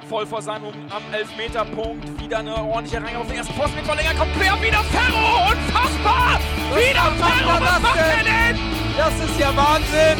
voll vor seinem am Elfmeterpunkt. Wieder eine ordentliche Reihe auf den ersten Posten mit Verlänger. Kommt quer, wieder Ferro! Unfassbar! Wieder Ferro! Was macht er denn? Das ist ja Wahnsinn!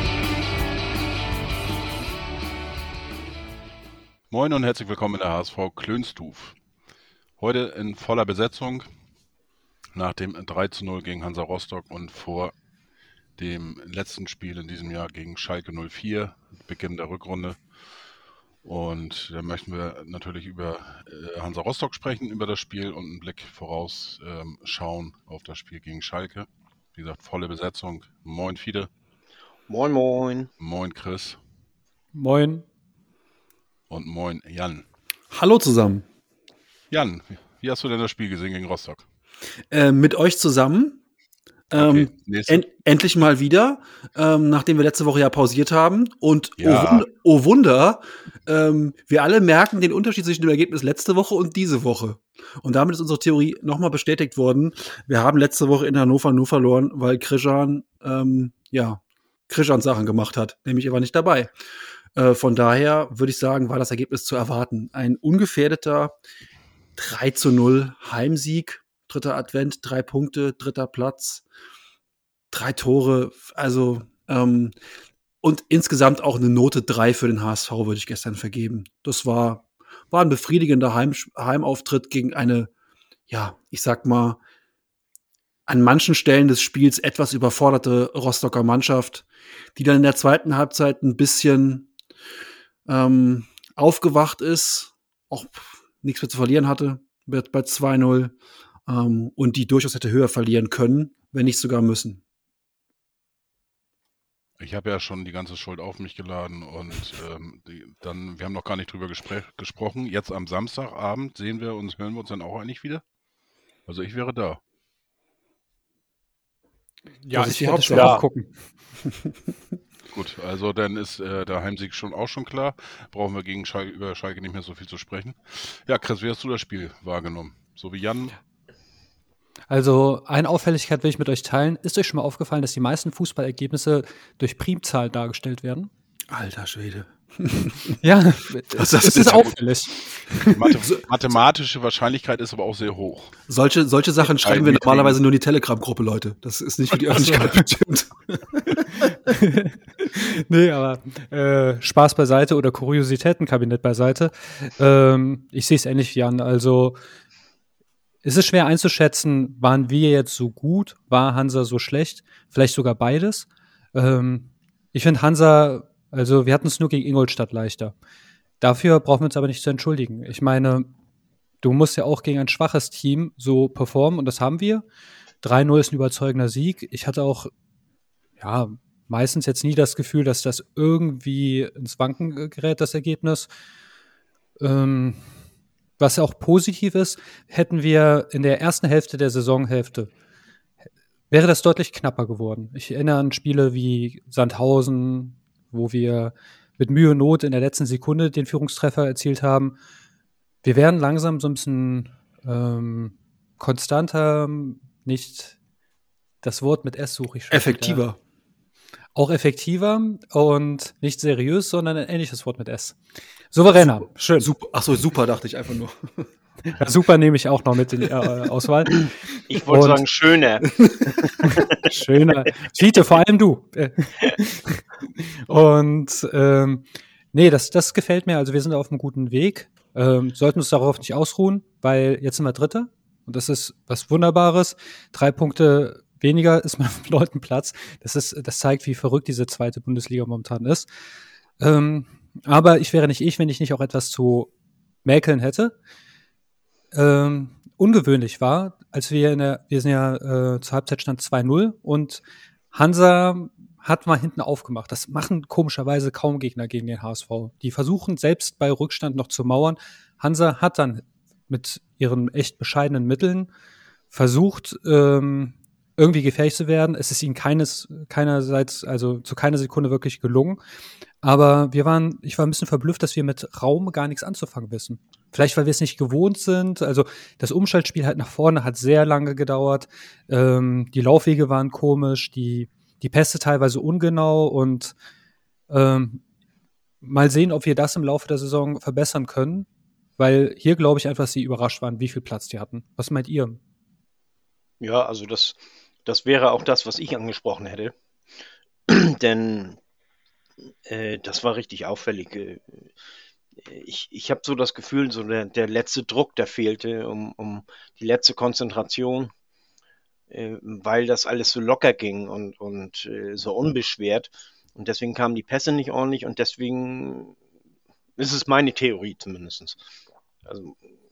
Moin und herzlich willkommen in der HSV Klönstuf. Heute in voller Besetzung nach dem 3:0 gegen Hansa Rostock und vor dem letzten Spiel in diesem Jahr gegen Schalke 04, Beginn der Rückrunde. Und da möchten wir natürlich über Hansa Rostock sprechen, über das Spiel und einen Blick voraus schauen auf das Spiel gegen Schalke. Wie gesagt, volle Besetzung. Moin Fiete. Moin moin. Moin Chris. Moin. Und moin Jan. Hallo zusammen. Jan, wie hast du denn das Spiel gesehen gegen Rostock? Mit euch zusammen. Okay, endlich mal wieder, nachdem wir letzte Woche ja pausiert haben. Und ja. oh Wunder, wir alle merken den Unterschied zwischen dem Ergebnis letzte Woche und diese Woche. Und damit ist unsere Theorie nochmal bestätigt worden. Wir haben letzte Woche in Hannover nur verloren, weil Krishan Sachen gemacht hat. Nämlich er war nicht dabei. Von daher würde ich sagen, war das Ergebnis zu erwarten. Ein ungefährdeter 3:0 Heimsieg, 3. Advent, 3 Punkte, 3. Platz, 3 Tore, also und insgesamt auch eine Note 3 für den HSV würde ich gestern vergeben. Das war ein befriedigender Heimauftritt gegen eine, ja, ich sag mal, an manchen Stellen des Spiels etwas überforderte Rostocker Mannschaft, die dann in der zweiten Halbzeit ein bisschen aufgewacht ist, auch nichts mehr zu verlieren hatte, wird bei 2:0 und die durchaus hätte höher verlieren können, wenn nicht sogar müssen. Ich habe ja schon die ganze Schuld auf mich geladen und wir haben noch gar nicht drüber gesprochen. Jetzt am Samstagabend hören wir uns dann auch eigentlich wieder? Also ich wäre da. Ja, ich werde schon auch gucken. Gut, also dann ist der Heimsieg auch schon klar. Brauchen wir über Schalke nicht mehr so viel zu sprechen. Ja, Chris, wie hast du das Spiel wahrgenommen? So wie Jan? Also eine Auffälligkeit will ich mit euch teilen. Ist euch schon mal aufgefallen, dass die meisten Fußballergebnisse durch Primzahl dargestellt werden? Alter Schwede. Ja, das ist auffällig. Mathematische Wahrscheinlichkeit ist aber auch sehr hoch. Solche Sachen schreiben wir normalerweise nur in die Telegram-Gruppe, Leute. Das ist nicht für die Öffentlichkeit bestimmt. Nee, aber Spaß beiseite oder Kuriositätenkabinett beiseite. Ich sehe es ähnlich wie Jan. Also es ist schwer einzuschätzen, waren wir jetzt so gut, war Hansa so schlecht, vielleicht sogar beides. Ich finde Hansa, also wir hatten es nur gegen Ingolstadt leichter. Dafür brauchen wir uns aber nicht zu entschuldigen. Ich meine, du musst ja auch gegen ein schwaches Team so performen und das haben wir. 3:0 ist ein überzeugender Sieg. Ich hatte auch, ja, meistens jetzt nie das Gefühl, dass das irgendwie ins Wanken gerät, das Ergebnis. Was auch positiv ist, hätten wir in der ersten Hälfte der Saisonhälfte, wäre das deutlich knapper geworden. Ich erinnere an Spiele wie Sandhausen, wo wir mit Mühe und Not in der letzten Sekunde den Führungstreffer erzielt haben. Wir werden langsam so ein bisschen konstanter, nicht das Wort mit S suche ich schon. Effektiver. Wieder. Auch effektiver und nicht seriös, sondern ein ähnliches Wort mit S. Souveräner. Super, schön. Super. Achso, super dachte ich einfach nur. Ja, super nehme ich auch noch mit in die Auswahl. Ich wollte sagen, schöner. Schöner. Fiete, vor allem du. Und nee, das gefällt mir. Also wir sind auf einem guten Weg. Sollten uns darauf nicht ausruhen, weil jetzt sind wir Dritter. Und das ist was Wunderbares. 3 Punkte weniger ist man auf dem 9. Platz. Das zeigt, wie verrückt diese zweite Bundesliga momentan ist. Aber ich wäre nicht ich, wenn ich nicht auch etwas zu mäkeln hätte. Ungewöhnlich war, als wir sind ja zur Halbzeitstand 2:0 und Hansa hat mal hinten aufgemacht. Das machen komischerweise kaum Gegner gegen den HSV. Die versuchen selbst bei Rückstand noch zu mauern. Hansa hat dann mit ihren echt bescheidenen Mitteln versucht, irgendwie gefährlich zu werden. Es ist ihnen keinerseits, also zu keiner Sekunde wirklich gelungen. Aber ich war ein bisschen verblüfft, dass wir mit Raum gar nichts anzufangen wissen. Vielleicht, weil wir es nicht gewohnt sind. Also das Umschaltspiel halt nach vorne hat sehr lange gedauert. Die Laufwege waren komisch, die Pässe teilweise ungenau und mal sehen, ob wir das im Laufe der Saison verbessern können, weil hier glaube ich einfach, dass sie überrascht waren, wie viel Platz die hatten. Was meint ihr? Ja, also das wäre auch das, was ich angesprochen hätte. Denn das war richtig auffällig. Ich habe so das Gefühl, so der letzte Druck, der fehlte, um die letzte Konzentration, weil das alles so locker ging und so unbeschwert. Und deswegen kamen die Pässe nicht ordentlich und deswegen ist es meine Theorie zumindest. Also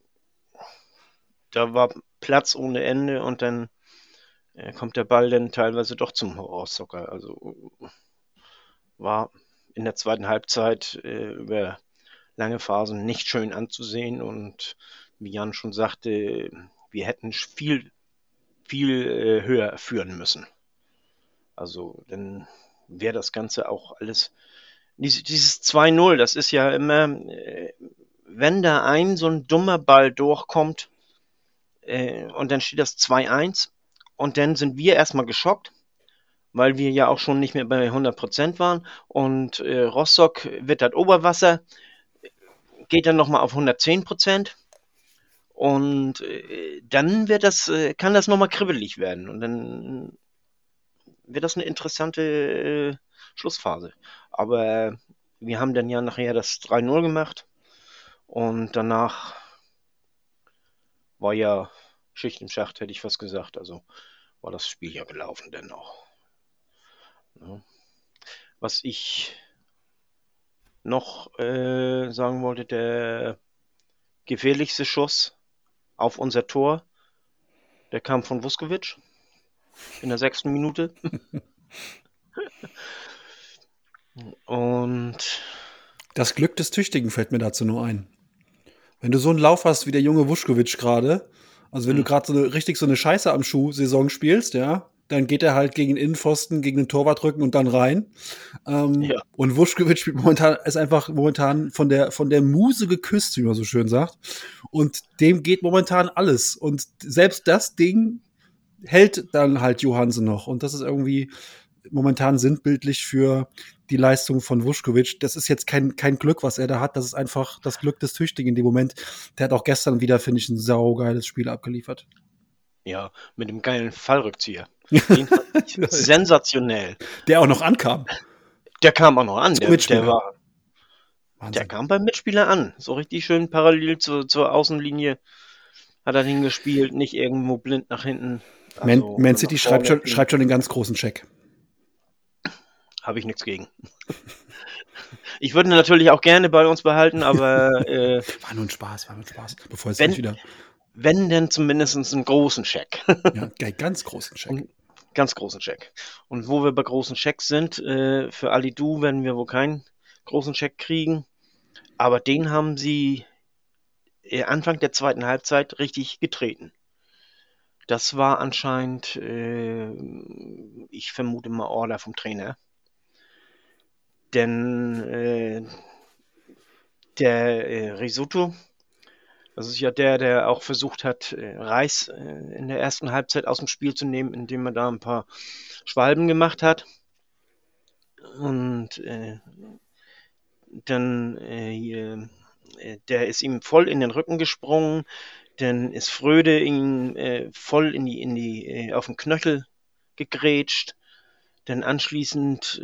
da war Platz ohne Ende und dann kommt der Ball dann teilweise doch zum Rostocker. Also war in der zweiten Halbzeit über lange Phasen nicht schön anzusehen und wie Jan schon sagte, wir hätten viel höher führen müssen. Also dann wäre das Ganze auch alles, dieses 2-0, das ist ja immer, wenn da so ein dummer Ball durchkommt und dann steht das 2-1 und dann sind wir erstmal geschockt, weil wir ja auch schon nicht mehr bei 100% waren und Rostock wittert Oberwasser, geht dann nochmal auf 110% und dann kann das nochmal kribbelig werden und dann wird das eine interessante Schlussphase. Aber wir haben dann ja nachher das 3-0 gemacht und danach war ja Schicht im Schacht, hätte ich fast gesagt. Also war das Spiel ja gelaufen dann auch. Ja. Was ich noch sagen wollte, der gefährlichste Schuss auf unser Tor, der kam von Vuskovic in der 6. Minute. Und das Glück des Tüchtigen fällt mir dazu nur ein. Wenn du so einen Lauf hast wie der junge Vuskovic gerade, also wenn du gerade so eine Scheiße am Schuh-Saison spielst, ja, dann geht er halt gegen den Innenpfosten, gegen den Torwartrücken und dann rein. Ja. Und Vuskovic ist einfach momentan von der Muse geküsst, wie man so schön sagt. Und dem geht momentan alles. Und selbst das Ding hält dann halt Johansen noch. Und das ist irgendwie momentan sinnbildlich für die Leistung von Vuskovic. Das ist jetzt kein Glück, was er da hat. Das ist einfach das Glück des Tüchtigen in dem Moment. Der hat auch gestern wieder, finde ich, ein saugeiles Spiel abgeliefert. Ja, mit dem geilen Fallrückzieher. Den fand ich sensationell. Der auch noch ankam. Der kam auch noch an. Der Wahnsinn. kam beim Mitspieler an. So richtig schön parallel zur Außenlinie hat er hingespielt, nicht irgendwo blind nach hinten. Also, Man City schreibt schon den ganz großen Check. Habe ich nichts gegen. Ich würde ihn natürlich auch gerne bei uns behalten, aber war nur ein Spaß. Bevor es nicht wieder. Wenn denn zumindest einen großen Scheck. Ja, ganz großen Scheck. Ganz großen Scheck. Und wo wir bei großen Schecks sind, für Alidu werden wir wohl keinen großen Scheck kriegen. Aber den haben sie Anfang der zweiten Halbzeit richtig getreten. Das war anscheinend, ich vermute mal, Order vom Trainer. Denn der Risotto, das ist ja der auch versucht hat, Reis in der ersten Halbzeit aus dem Spiel zu nehmen, indem er da ein paar Schwalben gemacht hat. Und dann der ist ihm voll in den Rücken gesprungen. Dann ist Fröde ihm voll auf den Knöchel gegrätscht. Dann anschließend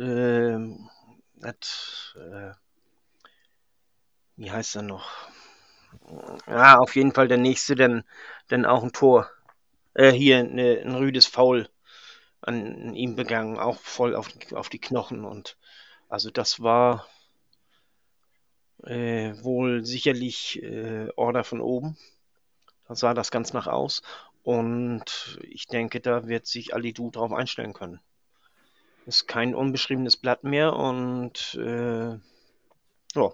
wie heißt er noch? Ja, auf jeden Fall der nächste, dann auch ein Tor. Hier ein rüdes Foul an ihm begangen, auch voll auf die Knochen. Und also das war wohl sicherlich Order von oben. Da sah das ganz nach aus. Und ich denke, da wird sich Alidu drauf einstellen können. Ist kein unbeschriebenes Blatt mehr und ja.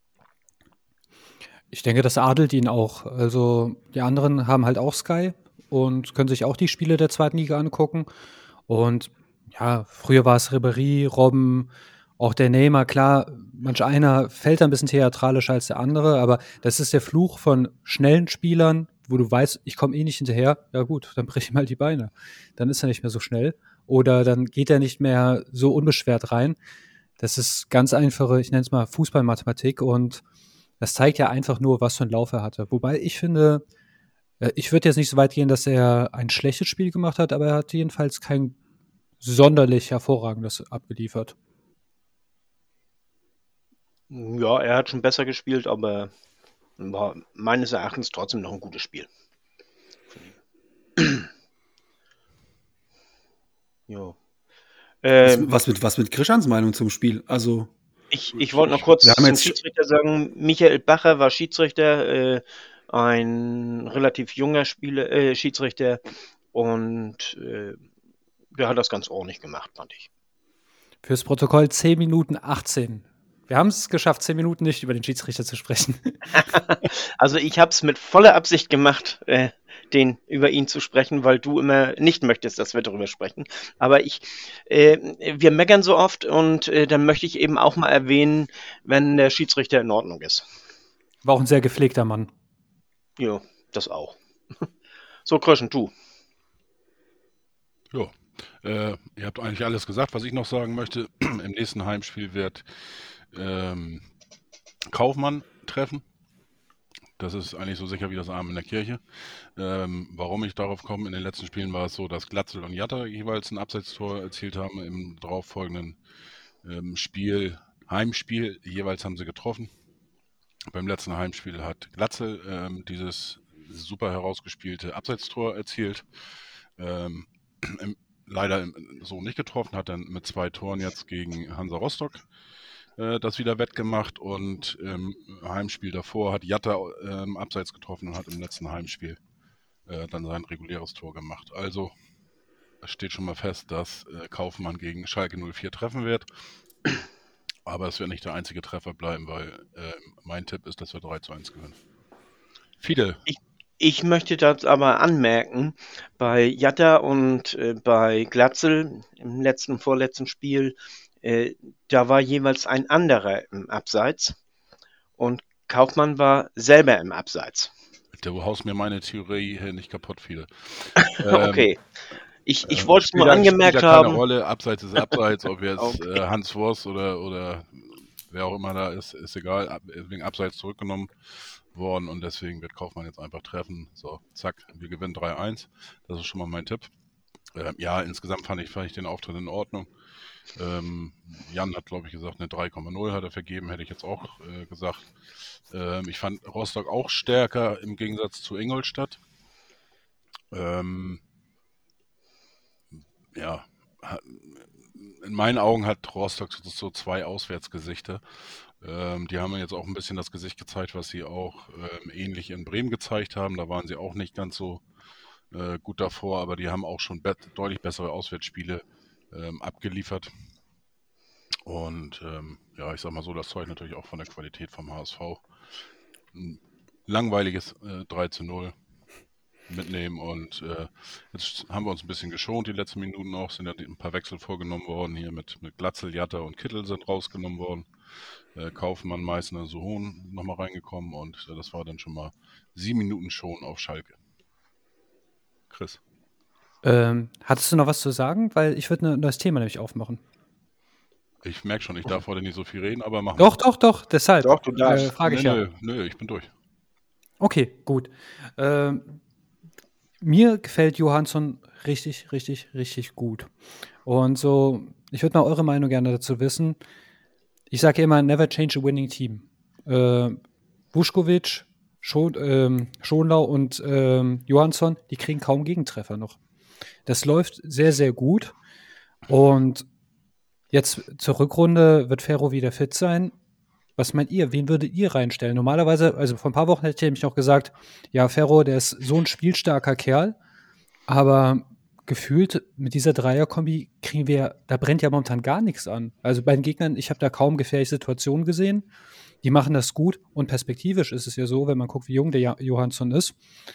Ich denke, das adelt ihn auch. Also die anderen haben halt auch Sky und können sich auch die Spiele der zweiten Liga angucken. Und ja, früher war es Ribéry, Robben, auch der Neymar. Klar, manch einer fällt ein bisschen theatralischer als der andere, aber das ist der Fluch von schnellen Spielern, wo du weißt, ich komme eh nicht hinterher. Ja gut, dann brech ich mal die Beine. Dann ist er nicht mehr so schnell. Oder dann geht er nicht mehr so unbeschwert rein. Das ist ganz einfache, ich nenne es mal Fußballmathematik und das zeigt ja einfach nur, was für einen Lauf er hatte. Wobei ich finde, ich würde jetzt nicht so weit gehen, dass er ein schlechtes Spiel gemacht hat, aber er hat jedenfalls kein sonderlich hervorragendes abgeliefert. Ja, er hat schon besser gespielt, aber war meines Erachtens trotzdem noch ein gutes Spiel. Ja. Was mit Krischans Meinung zum Spiel? Also, Ich wollte noch kurz Wir haben zum jetzt- Schiedsrichter sagen, Michael Bacher war Schiedsrichter, ein relativ junger Schiedsrichter und der hat das ganz ordentlich gemacht, fand ich. Fürs Protokoll 10 Minuten 18. Wir haben es geschafft, 10 Minuten nicht über den Schiedsrichter zu sprechen. Also ich habe es mit voller Absicht gemacht, über ihn zu sprechen, weil du immer nicht möchtest, dass wir darüber sprechen. Aber wir meckern so oft und dann möchte ich eben auch mal erwähnen, wenn der Schiedsrichter in Ordnung ist. War auch ein sehr gepflegter Mann. Ja, das auch. So, Kröschen, du. Ja, ihr habt eigentlich alles gesagt, was ich noch sagen möchte. Im nächsten Heimspiel wird Kaufmann treffen. Das ist eigentlich so sicher wie das Amen in der Kirche. Warum ich darauf komme, in den letzten Spielen war es so, dass Glatzel und Jatta jeweils ein Abseitstor erzielt haben. Im darauffolgenden Heimspiel, jeweils haben sie getroffen. Beim letzten Heimspiel hat Glatzel dieses super herausgespielte Abseitstor erzielt. Leider so nicht getroffen, hat dann mit 2 Toren jetzt gegen Hansa Rostock das wieder wettgemacht und im Heimspiel davor hat Jatta abseits getroffen und hat im letzten Heimspiel dann sein reguläres Tor gemacht. Also es steht schon mal fest, dass Kaufmann gegen Schalke 04 treffen wird. Aber es wird nicht der einzige Treffer bleiben, weil mein Tipp ist, dass wir 3-1 gewinnen. Fidel. Ich möchte das aber anmerken, bei Jatta und bei Glatzel im vorletzten Spiel, da war jeweils ein anderer im Abseits und Kaufmann war selber im Abseits. Du haust mir meine Theorie hier nicht kaputt, Fidel. Okay. Ich wollte es nur angemerkt spielt haben. Keine Rolle, Abseits ist Abseits, ob jetzt okay. Hans Wurst oder wer auch immer da ist egal, wegen Abseits zurückgenommen worden und deswegen wird Kaufmann jetzt einfach treffen. So, zack, wir gewinnen 3-1. Das ist schon mal mein Tipp. Ja, insgesamt fand ich den Auftritt in Ordnung. Jan hat, glaube ich, gesagt, eine 3,0 hat er vergeben, hätte ich jetzt auch gesagt. Ich fand Rostock auch stärker im Gegensatz zu Ingolstadt. Ja, in meinen Augen hat Rostock so 2 Auswärtsgesichter. Die haben jetzt auch ein bisschen das Gesicht gezeigt, was sie auch ähnlich in Bremen gezeigt haben. Da waren sie auch nicht ganz so gut davor, aber die haben auch schon deutlich bessere Auswärtsspiele abgeliefert. Und ja, ich sag mal so, das zeugt natürlich auch von der Qualität vom HSV. Ein langweiliges 3-0 mitnehmen und jetzt haben wir uns ein bisschen geschont, die letzten Minuten auch, sind ja ein paar Wechsel vorgenommen worden, hier mit Glatzel, Jatta und Kittel sind rausgenommen worden, Kaufmann, Meißner, Sohn nochmal reingekommen und das war dann schon mal 7 Minuten schon auf Schalke. Chris. Hattest du noch was zu sagen? Weil ich würde ein neues Thema nämlich aufmachen. Ich merke schon, ich darf heute nicht so viel reden, aber machen wir. Doch, deshalb. Doch, du darfst. Frage ich ja. Nö, ich bin durch. Okay, gut. Mir gefällt Johansson richtig, richtig, richtig gut. Und so, ich würde mal eure Meinung gerne dazu wissen. Ich sage immer, never change a winning team. Vuskovic, Schonlau und Johansson, die kriegen kaum Gegentreffer noch. Das läuft sehr, sehr gut. Und jetzt zur Rückrunde wird Ferro wieder fit sein. Was meint ihr? Wen würdet ihr reinstellen? Normalerweise, also vor ein paar Wochen hätte ich nämlich noch gesagt, ja, Ferro, der ist so ein spielstarker Kerl, aber gefühlt mit dieser Dreierkombi da brennt ja momentan gar nichts an. Also bei den Gegnern, ich habe da kaum gefährliche Situationen gesehen. Die machen das gut und perspektivisch ist es ja so, wenn man guckt, wie jung der Johansson ist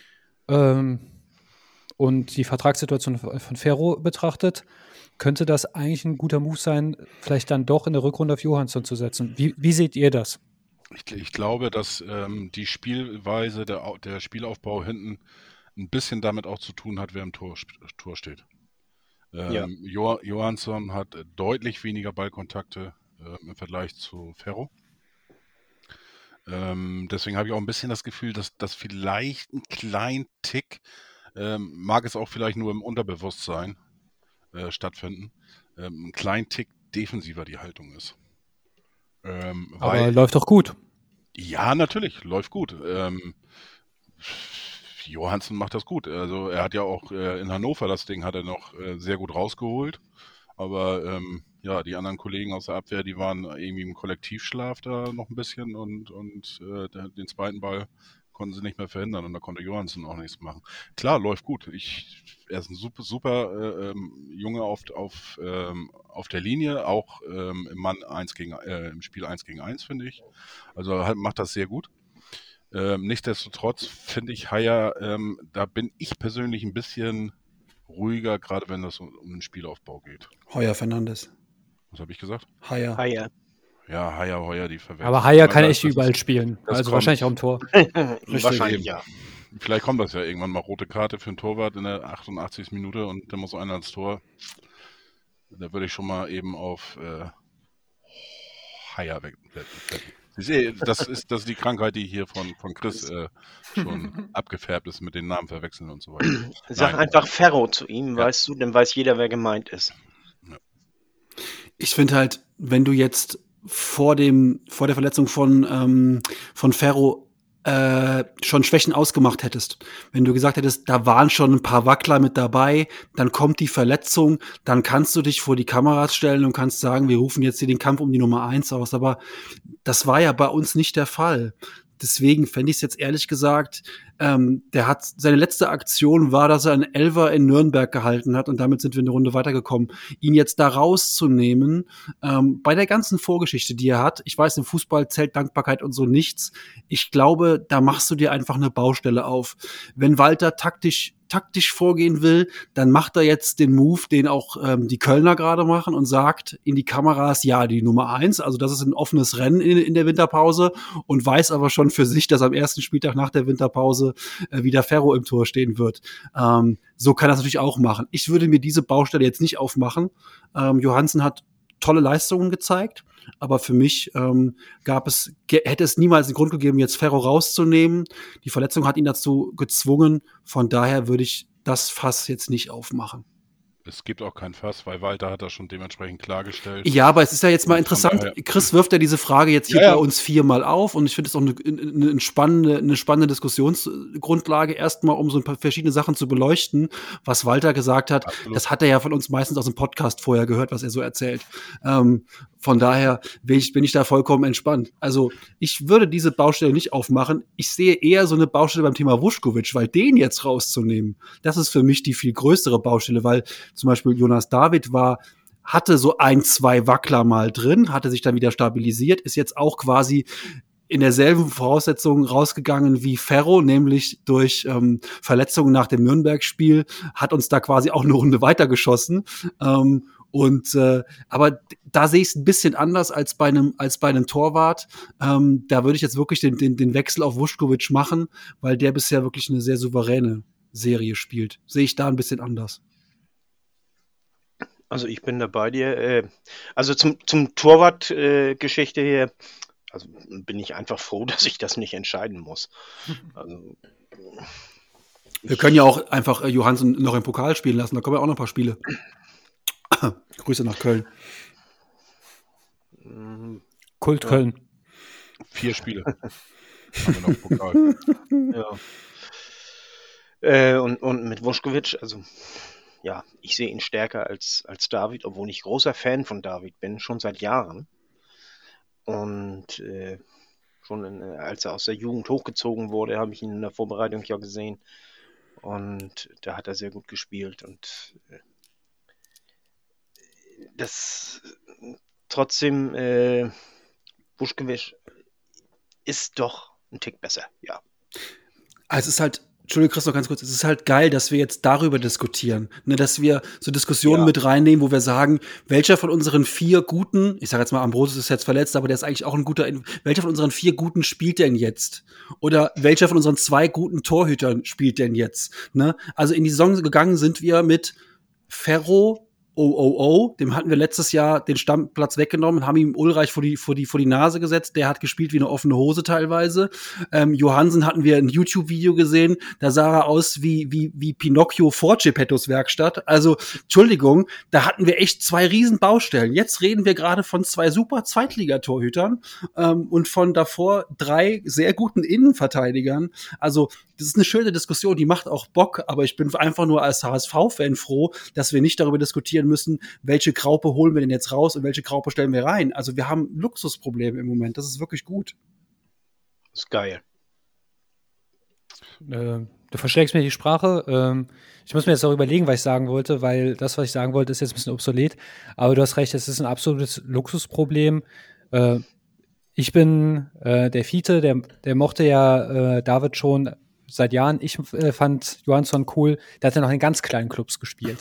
und die Vertragssituation von Ferro betrachtet, könnte das eigentlich ein guter Move sein, vielleicht dann doch in der Rückrunde auf Johansson zu setzen. Wie seht ihr das? Ich glaube, dass die Spielweise, der Spielaufbau hinten ein bisschen damit auch zu tun hat, wer im Tor steht. Ja. Johansson hat deutlich weniger Ballkontakte im Vergleich zu Ferro. Deswegen habe ich auch ein bisschen das Gefühl, dass das vielleicht ein kleinen Tick, mag es auch vielleicht nur im Unterbewusstsein stattfinden, ein kleinen Tick defensiver die Haltung ist. Aber läuft doch gut. Ja, natürlich, läuft gut. Johansen macht das gut. Also er hat ja auch in Hannover das Ding hat er noch sehr gut rausgeholt. Aber ja, die anderen Kollegen aus der Abwehr, die waren irgendwie im Kollektivschlaf da noch ein bisschen und den zweiten Ball konnten sie nicht mehr verhindern und da konnte Johansen auch nichts machen. Klar, läuft gut. Er ist ein super Junge auf der Linie, auch im Spiel 1 gegen 1, finde ich. Also macht das sehr gut. Nichtsdestotrotz finde ich Haier, da bin ich persönlich ein bisschen ruhiger, gerade wenn es um den Spielaufbau geht. Heuer Fernandes. Was habe ich gesagt? Haier. Ja, Heuer, die Verwechslung. Aber Haier kann echt überall spielen. Also wahrscheinlich auch im Tor. Wahrscheinlich, ja. Vielleicht kommt das ja irgendwann mal, rote Karte für einen Torwart in der 88. Minute und dann muss einer ans Tor. Da würde ich schon mal eben auf Haier weg. Das ist die Krankheit, die hier von Chris schon abgefärbt ist mit den Namen verwechseln und so weiter. Sag einfach Ferro zu ihm, weißt du, dann weiß jeder, wer gemeint ist. Ja. Ich finde halt, wenn du jetzt vor der Verletzung von Ferro schon Schwächen ausgemacht hättest, wenn du gesagt hättest, da waren schon ein paar Wackler mit dabei, dann kommt die Verletzung, dann kannst du dich vor die Kameras stellen und kannst sagen, wir rufen jetzt hier den Kampf um die Nummer 1 aus, aber das war ja bei uns nicht der Fall. Deswegen fände ich es jetzt ehrlich gesagt, seine letzte Aktion war, dass er einen Elfer in Nürnberg gehalten hat und damit sind wir eine Runde weitergekommen. Ihn jetzt da rauszunehmen, bei der ganzen Vorgeschichte, die er hat, ich weiß, im Fußball zählt Dankbarkeit und so nichts. Ich glaube, da machst du dir einfach eine Baustelle auf. Wenn Walter taktisch vorgehen will, dann macht er jetzt den Move, den auch die Kölner gerade machen und sagt in die Kameras, ja, die Nummer 1, also das ist ein offenes Rennen in der Winterpause und weiß aber schon für sich, dass am ersten Spieltag nach der Winterpause wieder Ferro im Tor stehen wird. So kann er es natürlich auch machen. Ich würde mir diese Baustelle jetzt nicht aufmachen. Johansen hat tolle Leistungen gezeigt, aber für mich hätte es niemals einen Grund gegeben, jetzt Ferro rauszunehmen. Die Verletzung hat ihn dazu gezwungen. Von daher würde ich das Fass jetzt nicht aufmachen. Es gibt auch kein Fass, weil Walter hat das schon dementsprechend klargestellt. Ja, aber es ist ja jetzt mal interessant. Chris wirft ja diese Frage jetzt hier bei uns 4-mal auf und ich finde es auch eine spannende Diskussionsgrundlage, erstmal um so ein paar verschiedene Sachen zu beleuchten, was Walter gesagt hat. Absolut. Das hat er ja von uns meistens aus dem Podcast vorher gehört, was er so erzählt. Von daher bin ich da vollkommen entspannt. Also ich würde diese Baustelle nicht aufmachen. Ich sehe eher so eine Baustelle beim Thema Vuskovic, weil den jetzt rauszunehmen, das ist für mich die viel größere Baustelle, weil zum Beispiel Jonas David hatte so 1-2 Wackler mal drin, hatte sich dann wieder stabilisiert, ist jetzt auch quasi in derselben Voraussetzung rausgegangen wie Ferro, nämlich durch Verletzungen nach dem Nürnberg-Spiel, hat uns da quasi auch eine Runde weitergeschossen. Aber da sehe ich es ein bisschen anders als bei einem Torwart. Da würde ich jetzt wirklich den Wechsel auf Vuskovic machen, weil der bisher wirklich eine sehr souveräne Serie spielt. Sehe ich da ein bisschen anders. Also ich bin da bei dir. Also zum Torwart-Geschichte hier, also bin ich einfach froh, dass ich das nicht entscheiden muss. Also, wir können ja auch einfach Johansen noch im Pokal spielen lassen, da kommen ja auch noch ein paar Spiele. Grüße nach Köln. Kult Köln. 4 Spiele. Haben wir noch Pokal. Ja. Und mit Vuskovic, also ja, ich sehe ihn stärker als David, obwohl ich großer Fan von David bin, schon seit Jahren. Und als er aus der Jugend hochgezogen wurde, habe ich ihn in der Vorbereitung ja gesehen. Und da hat er sehr gut gespielt. Und trotzdem, Vuskovic ist doch ein Tick besser, ja. Es ist halt, Entschuldigung, Chris, noch ganz kurz. Es ist halt geil, dass wir jetzt darüber diskutieren, ne, dass wir so Diskussionen mit reinnehmen, wo wir sagen, welcher von unseren 4 guten, ich sage jetzt mal, Ambrosius ist jetzt verletzt, aber der ist eigentlich auch ein guter, welcher von unseren 4 guten spielt denn jetzt? Oder welcher von unseren 2 guten Torhütern spielt denn jetzt? Ne? Also in die Saison gegangen sind wir mit Ferro dem hatten wir letztes Jahr den Stammplatz weggenommen, haben ihm Ulreich vor die Nase gesetzt. Der hat gespielt wie eine offene Hose teilweise. Johansen hatten wir ein YouTube-Video gesehen, da sah er aus wie Pinocchio vor Geppettos Werkstatt. Also, Entschuldigung, da hatten wir echt 2 riesen Baustellen. Jetzt reden wir gerade von 2 super Zweitligatorhütern und von davor 3 sehr guten Innenverteidigern. Also, das ist eine schöne Diskussion, die macht auch Bock, aber ich bin einfach nur als HSV-Fan froh, dass wir nicht darüber diskutieren müssen, welche Graupe holen wir denn jetzt raus und welche Graupe stellen wir rein. Also wir haben Luxusprobleme im Moment, das ist wirklich gut. Das ist geil. Du verschlägst mir die Sprache. Ich muss mir jetzt auch überlegen, was ich sagen wollte, weil das, was ich sagen wollte, ist jetzt ein bisschen obsolet. Aber du hast recht, es ist ein absolutes Luxusproblem. Ich bin der Fiete, der mochte ja David schon seit Jahren. Ich fand Johansson cool. Der hat ja noch in ganz kleinen Clubs gespielt.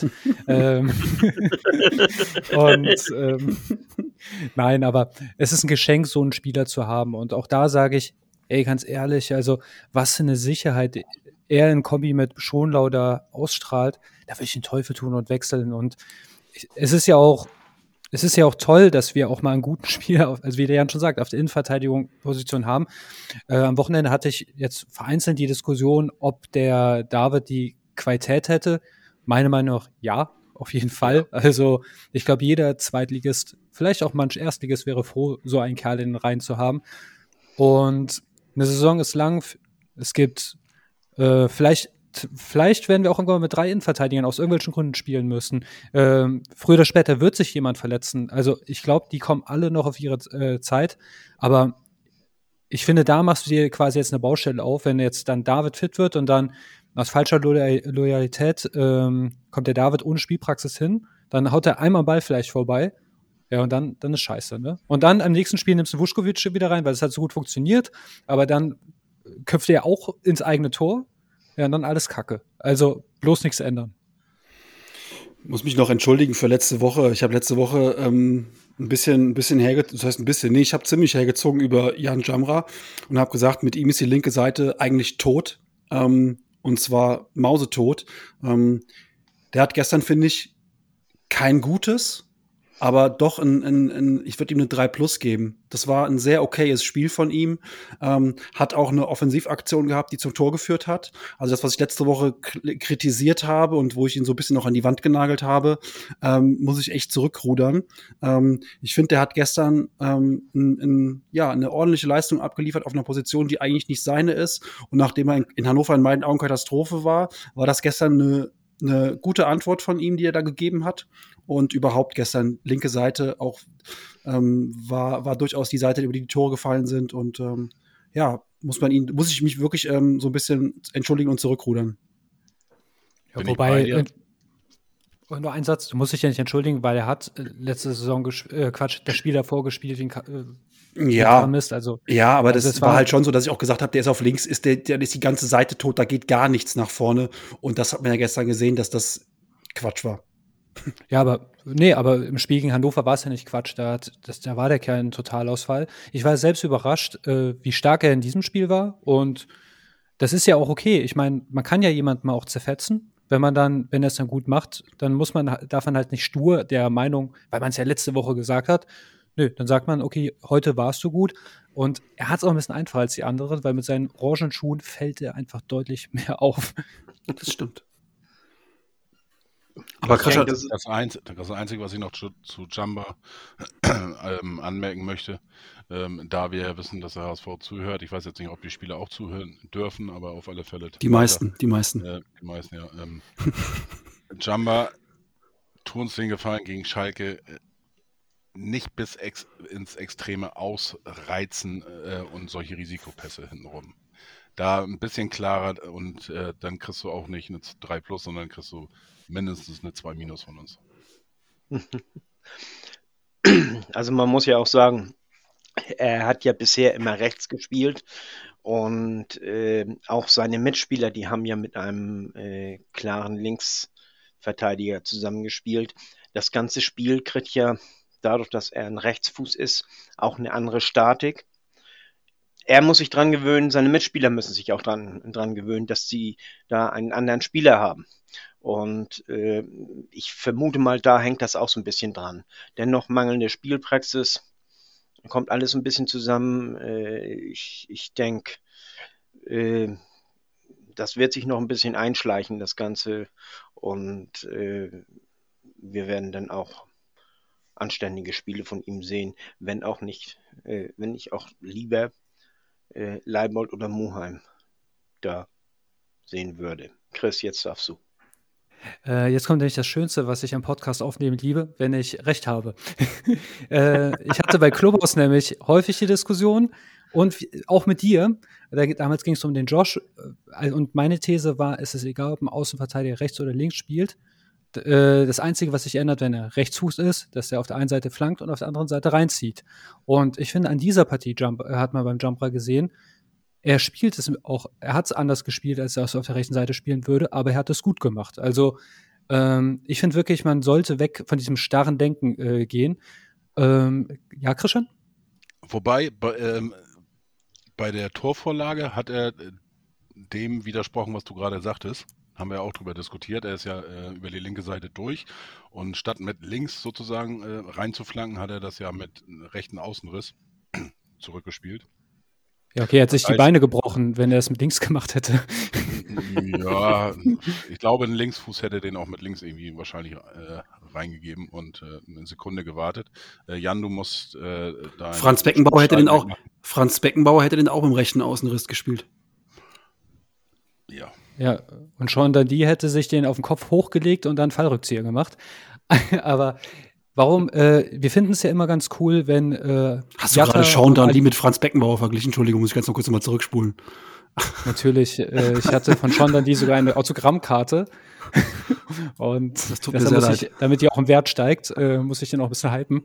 Nein, aber es ist ein Geschenk, so einen Spieler zu haben. Und auch da sage ich, ey, ganz ehrlich, also was für eine Sicherheit er in Kombi mit Schonlau da ausstrahlt, da will ich den Teufel tun und wechseln. Und es ist ja auch toll, dass wir auch mal einen guten Spieler, also wie der Jan schon sagt, auf der Innenverteidigung-Position haben. Am Wochenende hatte ich jetzt vereinzelt die Diskussion, ob der David die Qualität hätte. Meine Meinung nach, ja, auf jeden Fall. Also ich glaube, jeder Zweitligist, vielleicht auch manch Erstligist wäre froh, so einen Kerl in den Reihen zu haben. Und eine Saison ist lang. Es gibt vielleicht werden wir auch irgendwann mit 3 Innenverteidigern aus irgendwelchen Gründen spielen müssen. Früher oder später wird sich jemand verletzen. Also ich glaube, die kommen alle noch auf ihre Zeit. Aber ich finde, da machst du dir quasi jetzt eine Baustelle auf, wenn jetzt dann David fit wird und dann aus falscher Loyalität kommt der David ohne Spielpraxis hin. Dann haut er einmal Ball vielleicht vorbei. Ja, und dann ist scheiße, ne? Und dann am nächsten Spiel nimmst du Vuskovic wieder rein, weil es hat so gut funktioniert. Aber dann köpft er auch ins eigene Tor. Ja, und dann alles Kacke. Also bloß nichts ändern. Ich muss mich noch entschuldigen für letzte Woche. Ich habe letzte Woche ein bisschen hergezogen, das heißt ein bisschen, ich habe ziemlich hergezogen über Jan Jamra und habe gesagt, mit ihm ist die linke Seite eigentlich tot. Und zwar mausetot. Der hat gestern, finde ich, kein gutes, aber doch ich würde ihm eine 3+ geben. Das war ein sehr okayes Spiel von ihm. Hat auch eine Offensivaktion gehabt, die zum Tor geführt hat. Also das, was ich letzte Woche kritisiert habe und wo ich ihn so ein bisschen noch an die Wand genagelt habe, muss ich echt zurückrudern. Ich finde, der hat gestern eine ordentliche Leistung abgeliefert auf einer Position, die eigentlich nicht seine ist. Und nachdem er in Hannover in meinen Augen Katastrophe war das gestern eine gute Antwort von ihm, die er da gegeben hat. Und überhaupt gestern linke Seite auch war durchaus die Seite, über die Tore gefallen sind. Und muss ich mich wirklich so ein bisschen entschuldigen und zurückrudern. Ja, wobei, nur ein Satz, du musst dich ja nicht entschuldigen, weil er hat letzte Saison das Spiel davor gespielt, Mist. Also, ja, aber das war halt schon so, dass ich auch gesagt habe, der ist auf links, der ist die ganze Seite tot, da geht gar nichts nach vorne. Und das hat man ja gestern gesehen, dass das Quatsch war. Ja, aber im Spiel gegen Hannover war es ja nicht Quatsch. Da war der Kerl ein Totalausfall. Ich war selbst überrascht, wie stark er in diesem Spiel war. Und das ist ja auch okay. Ich meine, man kann ja jemanden mal auch zerfetzen. Wenn er es dann gut macht, dann darf man halt nicht stur der Meinung, weil man es ja letzte Woche gesagt hat, nö, dann sagt man, okay, heute warst du gut. Und er hat es auch ein bisschen einfacher als die anderen, weil mit seinen orangen Schuhen fällt er einfach deutlich mehr auf. Das stimmt. Aber das Einzige, was ich noch zu Jamba anmerken möchte, da wir ja wissen, dass der HSV zuhört, ich weiß jetzt nicht, ob die Spieler auch zuhören dürfen, aber auf alle Fälle. Die meisten. Die meisten, ja. Jamba, tu uns den Gefallen gegen Schalke, nicht bis ins Extreme ausreizen und solche Risikopässe hintenrum. Da ein bisschen klarer und dann kriegst du auch nicht eine 3+, sondern kriegst du mindestens eine 2- von uns. Also man muss ja auch sagen, er hat ja bisher immer rechts gespielt und auch seine Mitspieler, die haben ja mit einem klaren Linksverteidiger zusammengespielt. Das ganze Spiel kriegt ja dadurch, dass er ein Rechtsfuß ist, auch eine andere Statik. er muss sich dran gewöhnen, seine Mitspieler müssen sich auch dran gewöhnen, dass sie da einen anderen Spieler haben. Und ich vermute mal, da hängt das auch so ein bisschen dran. Dennoch mangelnde Spielpraxis, kommt alles ein bisschen zusammen. Ich denke, das wird sich noch ein bisschen einschleichen, das Ganze. Und wir werden dann auch anständige Spiele von ihm sehen, wenn ich auch lieber Leibold oder Muheim da sehen würde. Chris, jetzt darfst du. Jetzt kommt nämlich das Schönste, was ich am Podcast aufnehmen liebe, wenn ich recht habe. Ich hatte bei Clubhouse nämlich häufig die Diskussion und auch mit dir. Damals ging es um den Josh und meine These war, es ist egal, ob ein Außenverteidiger rechts oder links spielt. Das Einzige, was sich ändert, wenn er Rechtsfuß ist, dass er auf der einen Seite flankt und auf der anderen Seite reinzieht. Und ich finde, an dieser Partie hat man beim Jumper gesehen, er spielt es auch, er hat es anders gespielt, als er es auf der rechten Seite spielen würde, aber er hat es gut gemacht. Also ich finde wirklich, man sollte weg von diesem starren Denken gehen. Ja, Christian? Wobei, bei der Torvorlage hat er dem widersprochen, was du gerade sagtest. Haben wir auch drüber diskutiert. Er ist ja über die linke Seite durch und statt mit links sozusagen reinzuflanken, hat er das ja mit rechten Außenriss zurückgespielt. Ja, okay, er hat sich die Beine gebrochen, wenn er es mit links gemacht hätte. Ja, ich glaube, ein Linksfuß hätte den auch mit links irgendwie wahrscheinlich reingegeben und eine Sekunde gewartet. Jan, du musst da... Franz Beckenbauer hätte den auch im rechten Außenriss gespielt. Ja. Ja, und Sean Dundee hätte sich den auf den Kopf hochgelegt und dann Fallrückzieher gemacht. Aber warum? Wir finden es ja immer ganz cool, wenn Hast du gerade Sean Dundee mit Franz Beckenbauer verglichen? Entschuldigung, muss ich ganz noch kurz mal zurückspulen. Natürlich, ich hatte von Sean Dundee sogar eine Autogrammkarte. Und das tut mir sehr leid. Damit die auch im Wert steigt, muss ich den auch ein bisschen hypen.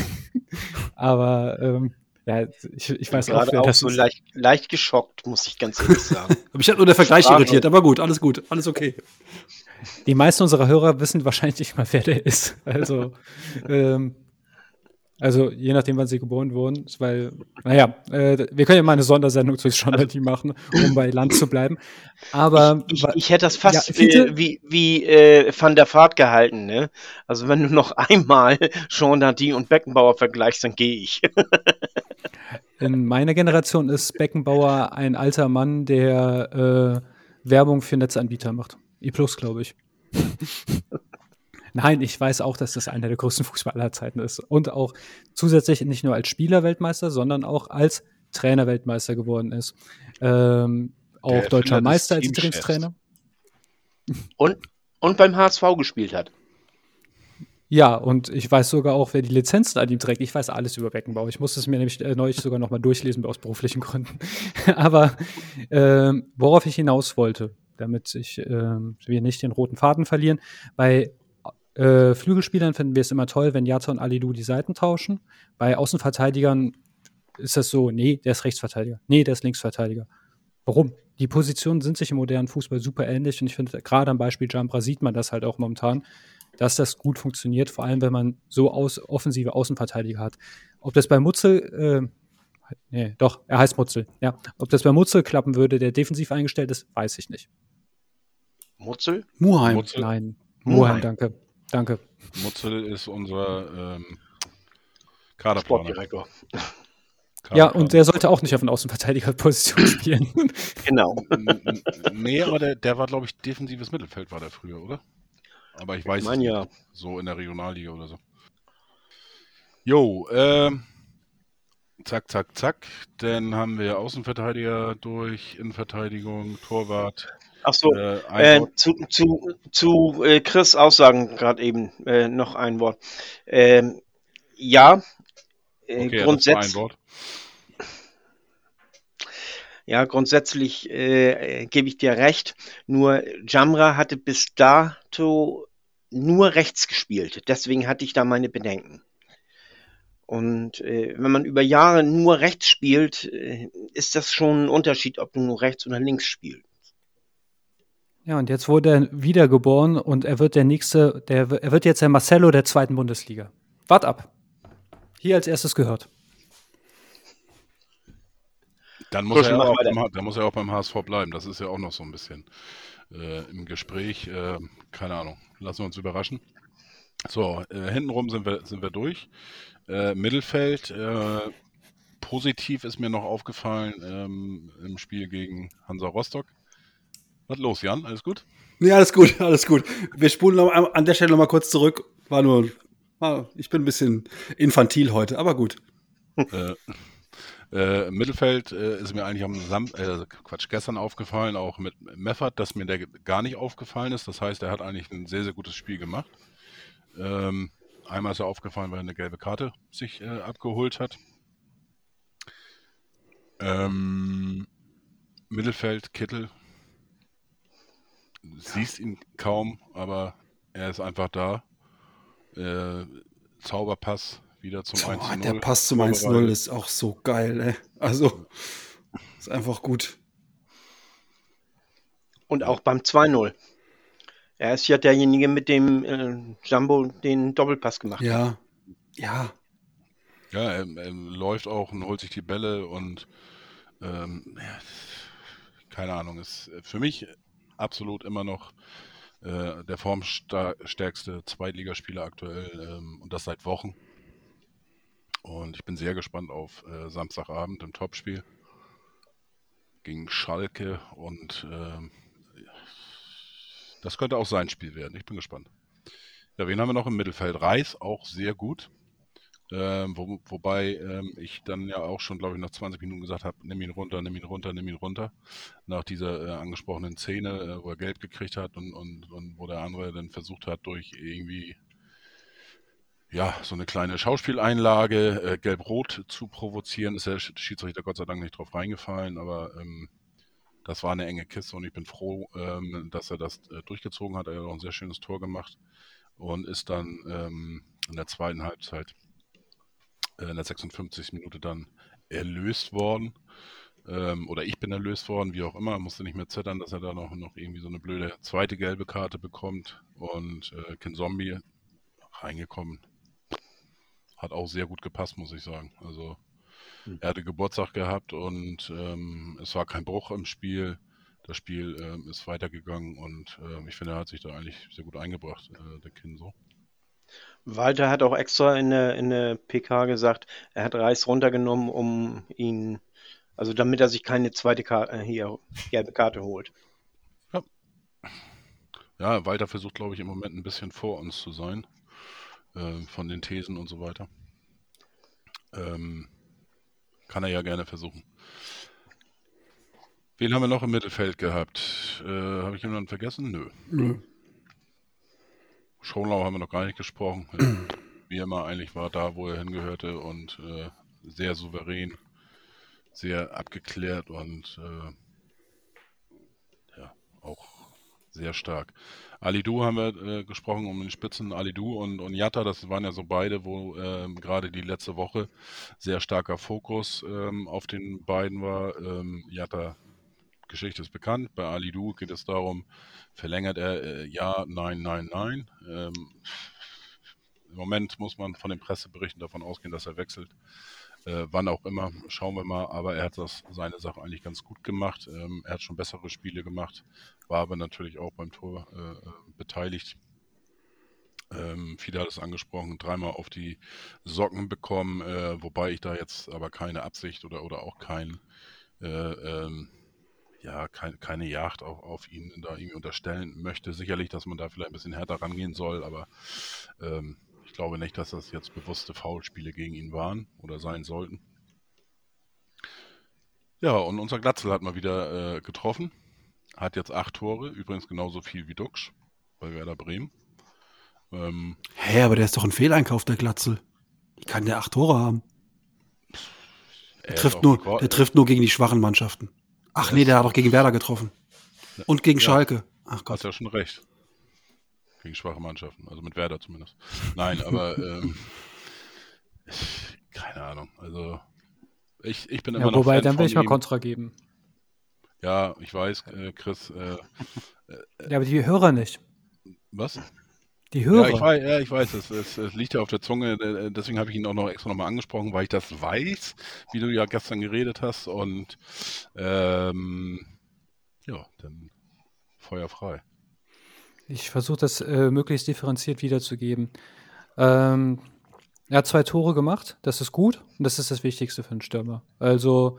Aber ja, ich weiß auch, wer das so leicht geschockt, muss ich ganz ehrlich sagen. Mich hat nur der Vergleich irritiert, aber gut, alles okay. Die meisten unserer Hörer wissen wahrscheinlich nicht mal, wer der ist. Also je nachdem, wann sie geboren wurden, wir können ja mal eine Sondersendung zu Sean Dundee machen, um bei Land zu bleiben. Aber ich hätte das fast wie Van der Vaart gehalten, ne? Also wenn du noch einmal Sean Dundee und Beckenbauer vergleichst, dann gehe ich. In meiner Generation ist Beckenbauer ein alter Mann, der Werbung für Netzanbieter macht. E+, glaube ich. Nein, ich weiß auch, dass das einer der größten Fußballer aller Zeiten ist. Und auch zusätzlich nicht nur als Spieler-Weltmeister, sondern auch als Trainer-Weltmeister geworden ist. Auch deutscher Meister als Interimstrainer. Und beim HSV gespielt hat. Ja, und ich weiß sogar auch, wer die Lizenzen an ihm trägt. Ich weiß alles über Beckenbauer. Ich musste es mir nämlich neulich sogar noch mal durchlesen aus beruflichen Gründen. Aber worauf ich hinaus wollte, damit wir nicht den roten Faden verlieren, bei Flügelspielern finden wir es immer toll, wenn Jatta und Alidou die Seiten tauschen. Bei Außenverteidigern ist das so, nee, der ist Rechtsverteidiger, nee, der ist Linksverteidiger. Warum? Die Positionen sind sich im modernen Fußball super ähnlich und ich finde, gerade am Beispiel Jambra sieht man das halt auch momentan, dass das gut funktioniert, vor allem wenn man so offensive Außenverteidiger hat. Ob das bei Mutzel, er heißt Mutzel, ja. Ob das bei Mutzel klappen würde, der defensiv eingestellt ist, weiß ich nicht. Mutzel? Muheim. Nein, Muheim, danke. Mutzel ist unser Kaderplaner. Sportdirektor. Ja, und der sollte auch nicht auf einer Außenverteidigerposition spielen. Genau. Nee, aber der war, glaube ich, defensives Mittelfeld war der früher, oder? Aber ich weiß es nicht. Ja. So in der Regionalliga oder so. Jo, zack. Dann haben wir Außenverteidiger durch, Innenverteidigung, Torwart. Ach so, zu Chris' Aussagen gerade eben noch ein Wort. Ja, Okay, grundsätzlich. ein Wort. Ja, grundsätzlich gebe ich dir recht. Nur Jambra hatte bis dato nur rechts gespielt. Deswegen hatte ich da meine Bedenken. Und wenn man über Jahre nur rechts spielt, ist das schon ein Unterschied, ob du nur rechts oder links spielst. Ja, und jetzt wurde er wiedergeboren und er wird er wird jetzt der Marcelo der 2. Bundesliga. Wart ab. Hier als erstes gehört. Dann muss Kuschel, er mach auch weiter. dann muss er auch beim HSV bleiben. Das ist ja auch noch so ein bisschen im Gespräch. Keine Ahnung. Lassen wir uns überraschen. So, hintenrum sind wir durch. Mittelfeld. Positiv ist mir noch aufgefallen im Spiel gegen Hansa Rostock. Was los, Jan? Alles gut? Ja, alles gut, alles gut. Wir spulen an der Stelle noch mal kurz zurück. Ich bin ein bisschen infantil heute, aber gut. Mittelfeld ist mir eigentlich gestern aufgefallen, auch mit Meffert, dass mir der gar nicht aufgefallen ist. Das heißt, er hat eigentlich ein sehr, sehr gutes Spiel gemacht. Einmal ist er aufgefallen, weil er eine gelbe Karte sich abgeholt hat. Mittelfeld, Kittel. Siehst ihn kaum, aber er ist einfach da. Zauberpass wieder zum 1:0. Der Pass zum 1:0 ist auch so geil, ey. Also, ist einfach gut. Und auch beim 2:0. Er ist ja derjenige, mit dem Jumbo den Doppelpass gemacht hat. Ja. Ja, er läuft auch und holt sich die Bälle und keine Ahnung, ist für mich absolut immer noch der formstärkste Zweitligaspieler aktuell und das seit Wochen. Und ich bin sehr gespannt auf Samstagabend im Topspiel gegen Schalke und das könnte auch sein Spiel werden. Ich bin gespannt. Ja, wen haben wir noch im Mittelfeld? Reis, auch sehr gut. Wobei ich dann ja auch schon, glaube ich, nach 20 Minuten gesagt habe, nimm ihn runter. Nach dieser angesprochenen Szene, wo er gelb gekriegt hat und wo der andere dann versucht hat, durch irgendwie so eine kleine Schauspieleinlage gelb-rot zu provozieren. Ist der Schiedsrichter Gott sei Dank nicht drauf reingefallen, aber das war eine enge Kiste und ich bin froh, dass er das durchgezogen hat. Er hat auch ein sehr schönes Tor gemacht und ist dann in der zweiten Halbzeit in der 56. Minute dann erlöst worden. Oder ich bin erlöst worden, wie auch immer. Musste nicht mehr zittern, dass er da noch irgendwie so eine blöde zweite gelbe Karte bekommt. Und Kinzombie reingekommen. Hat auch sehr gut gepasst, muss ich sagen. Also er hatte Geburtstag gehabt und es war kein Bruch im Spiel. Das Spiel ist weitergegangen und ich finde, er hat sich da eigentlich sehr gut eingebracht, der Kinso. Walter hat auch extra in der PK gesagt, er hat Reis runtergenommen, um ihn, also damit er sich keine zweite gelbe Karte holt. Ja, Walter versucht, glaube ich, im Moment ein bisschen vor uns zu sein, von den Thesen und so weiter. Kann er ja gerne versuchen. Wen haben wir noch im Mittelfeld gehabt? Habe ich jemanden vergessen? Nö. Schonlau haben wir noch gar nicht gesprochen. Wie immer eigentlich war da, wo er hingehörte und sehr souverän, sehr abgeklärt und auch sehr stark. Alidou haben wir gesprochen um den Spitzen. Alidou und Jatta, das waren ja so beide, wo gerade die letzte Woche sehr starker Fokus auf den beiden war. Jatta, Geschichte ist bekannt. Bei Alidou geht es darum, verlängert er ja, nein. Im Moment muss man von den Presseberichten davon ausgehen, dass er wechselt. Wann auch immer, schauen wir mal. Aber er hat seine Sache eigentlich ganz gut gemacht. Er hat schon bessere Spiele gemacht, war aber natürlich auch beim Tor beteiligt. Viele hat es angesprochen, 3-mal auf die Socken bekommen, wobei ich da jetzt aber keine Absicht oder auch keine Jagd auf ihn da irgendwie unterstellen möchte. Sicherlich, dass man da vielleicht ein bisschen härter rangehen soll, aber ich glaube nicht, dass das jetzt bewusste Foulspiele gegen ihn waren oder sein sollten. Ja, und unser Glatzel hat mal wieder getroffen. Hat jetzt 8 Tore, übrigens genauso viel wie Duxch bei Werder Bremen. Aber der ist doch ein Fehleinkauf, der Glatzel. Wie kann der 8 Tore haben? Der trifft nur gegen die schwachen Mannschaften. Ach nee, der hat auch gegen Werder getroffen. Und gegen Schalke. Ach Gott. Hast ja schon recht. Gegen schwache Mannschaften, also mit Werder zumindest. Nein, aber keine Ahnung. Also ich bin immer noch wobei, Fan dann will von ich mal ihm. Kontra geben. Ja, ich weiß, Chris. Ja, aber die Hörer nicht. Was? Die Hörer. Ich weiß, es liegt ja auf der Zunge, deswegen habe ich ihn auch noch extra nochmal angesprochen, weil ich das weiß, wie du ja gestern geredet hast und ja, dann Feuer frei. Ich versuche das möglichst differenziert wiederzugeben. Er hat 2 Tore gemacht, das ist gut und das ist das Wichtigste für einen Stürmer. Also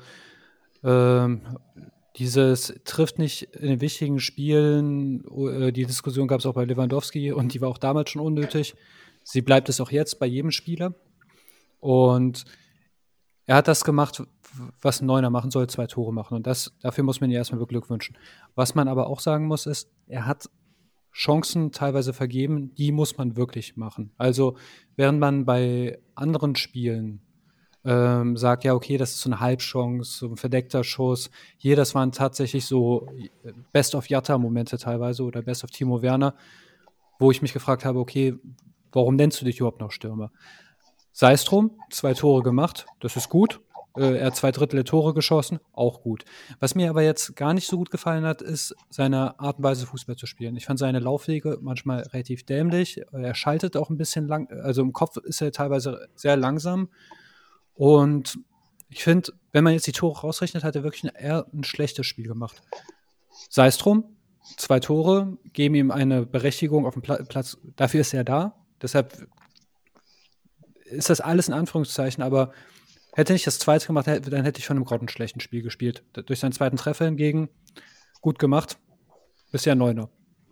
dieses trifft nicht in den wichtigen Spielen, die Diskussion gab es auch bei Lewandowski und die war auch damals schon unnötig. Sie bleibt es auch jetzt bei jedem Spieler. Und er hat das gemacht, was ein Neuner machen soll, 2 Tore machen. Und dafür muss man ihn erstmal beglückwünschen. Was man aber auch sagen muss, ist, er hat Chancen teilweise vergeben, die muss man wirklich machen. Also während man bei anderen Spielen sagt, ja, okay, das ist so eine Halbchance, so ein verdeckter Schuss. Hier, das waren tatsächlich so Best-of-Jatta-Momente teilweise oder Best-of Timo Werner, wo ich mich gefragt habe, okay, warum nennst du dich überhaupt noch Stürmer? Sei es drum, 2 Tore gemacht, das ist gut. Er hat 2 Drittel der Tore geschossen, auch gut. Was mir aber jetzt gar nicht so gut gefallen hat, ist seine Art und Weise, Fußball zu spielen. Ich fand seine Laufwege manchmal relativ dämlich. Er schaltet auch ein bisschen lang, also im Kopf ist er teilweise sehr langsam. Und ich finde, wenn man jetzt die Tore rausrechnet, hat er wirklich eher ein schlechtes Spiel gemacht. Sei es drum, 2 Tore geben ihm eine Berechtigung auf dem Platz. Dafür ist er da. Deshalb ist das alles in Anführungszeichen, aber hätte nicht das zweite gemacht, dann hätte ich von einem grottenschlechten Spiel gespielt. Durch seinen zweiten Treffer hingegen gut gemacht. Bisher 9er.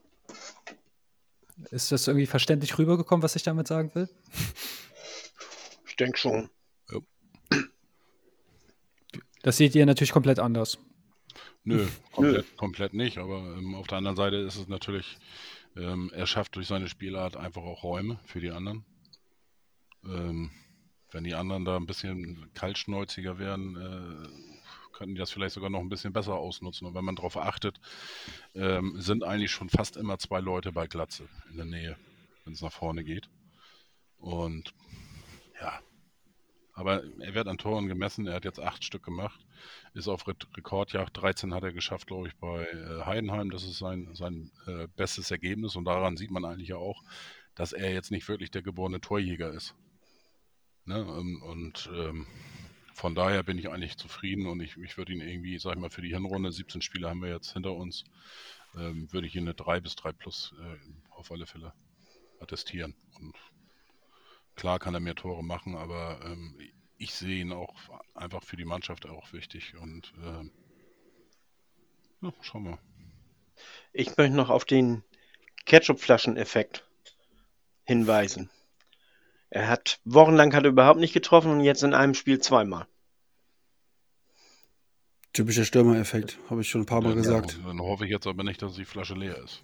Ist das irgendwie verständlich rübergekommen, was ich damit sagen will? Ich denke schon. Das seht ihr natürlich komplett anders. Nö, komplett nicht, aber auf der anderen Seite ist es natürlich, er schafft durch seine Spielart einfach auch Räume für die anderen. Wenn die anderen da ein bisschen kaltschnäuziger wären, könnten die das vielleicht sogar noch ein bisschen besser ausnutzen. Und wenn man darauf achtet, sind eigentlich schon fast immer 2 Leute bei Glatze in der Nähe, wenn es nach vorne geht. Und ja, aber er wird an Toren gemessen, er hat jetzt 8 Stück gemacht, ist auf Rekordjagd, 13 hat er geschafft, glaube ich, bei Heidenheim, das ist sein bestes Ergebnis und daran sieht man eigentlich ja auch, dass er jetzt nicht wirklich der geborene Torjäger ist. Ne? Und von daher bin ich eigentlich zufrieden und ich würde ihn irgendwie, sag ich mal, für die Hinrunde, 17 Spiele haben wir jetzt hinter uns, würde ich ihn eine 3 bis 3 plus auf alle Fälle attestieren. Und klar kann er mehr Tore machen, aber ich sehe ihn auch einfach für die Mannschaft auch wichtig und ja, schauen wir. Ich möchte noch auf den Ketchup-Flaschen-Effekt hinweisen. Wochenlang hat er überhaupt nicht getroffen und jetzt in einem Spiel 2-mal. Typischer Stürmer-Effekt, habe ich schon ein paar Mal gesagt. Dann hoffe ich jetzt aber nicht, dass die Flasche leer ist.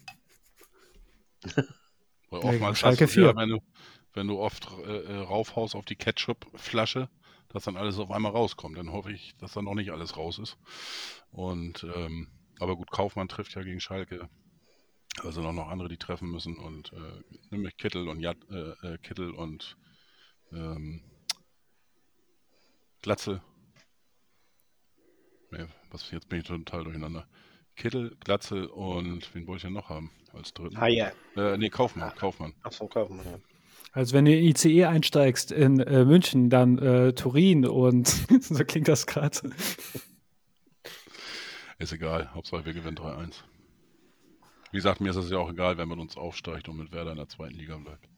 Weil Ja, oftmals Schalke hast du ja, 4. wenn du oft raufhaust auf die Ketchup-Flasche, dass dann alles auf einmal rauskommt. Dann hoffe ich, dass dann noch nicht alles raus ist. Und aber gut, Kaufmann trifft ja gegen Schalke. Also noch andere, die treffen müssen und nämlich Kittel und Glatzel. Nee, jetzt bin ich total durcheinander. Kittel, Glatzel und wen wollte ich denn noch haben als dritten? Haie. Kaufmann. Achso, Kaufmann, ja. Also wenn du in ICE einsteigst in München, dann Turin und so klingt das gerade. Ist egal, Hauptsache wir gewinnen 3-1. Wie gesagt, mir ist es ja auch egal, wenn man uns aufsteigt und mit Werder in der 2. Liga bleibt.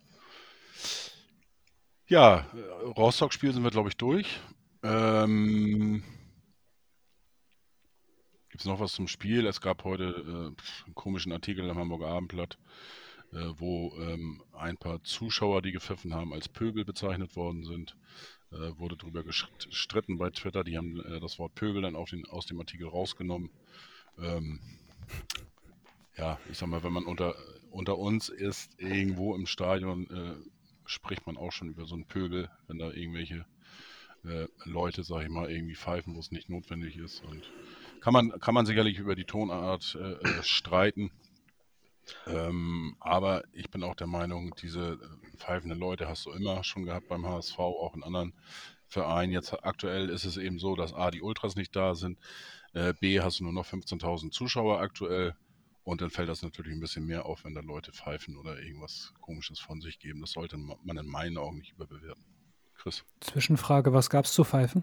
Ja, Rostock-Spiel sind wir, glaube ich, durch. Gibt es noch was zum Spiel? Es gab heute einen komischen Artikel im Hamburger Abendblatt, wo ein paar Zuschauer, die gepfiffen haben, als Pöbel bezeichnet worden sind. Wurde darüber gestritten bei Twitter. Die haben das Wort Pöbel dann aus dem Artikel rausgenommen. Ja, ich sag mal, wenn man unter uns ist, irgendwo im Stadion, spricht man auch schon über so einen Pöbel, wenn da irgendwelche Leute, sag ich mal, irgendwie pfeifen, wo es nicht notwendig ist. Und kann man sicherlich über die Tonart streiten. Aber ich bin auch der Meinung, diese pfeifenden Leute hast du immer schon gehabt beim HSV, auch in anderen Vereinen. Jetzt aktuell ist es eben so, dass A, die Ultras nicht da sind, B, hast du nur noch 15.000 Zuschauer aktuell Und dann fällt das natürlich ein bisschen mehr auf, wenn da Leute pfeifen oder irgendwas Komisches von sich geben. Das sollte man in meinen Augen nicht überbewerten. Chris? Zwischenfrage, was gab's zu pfeifen?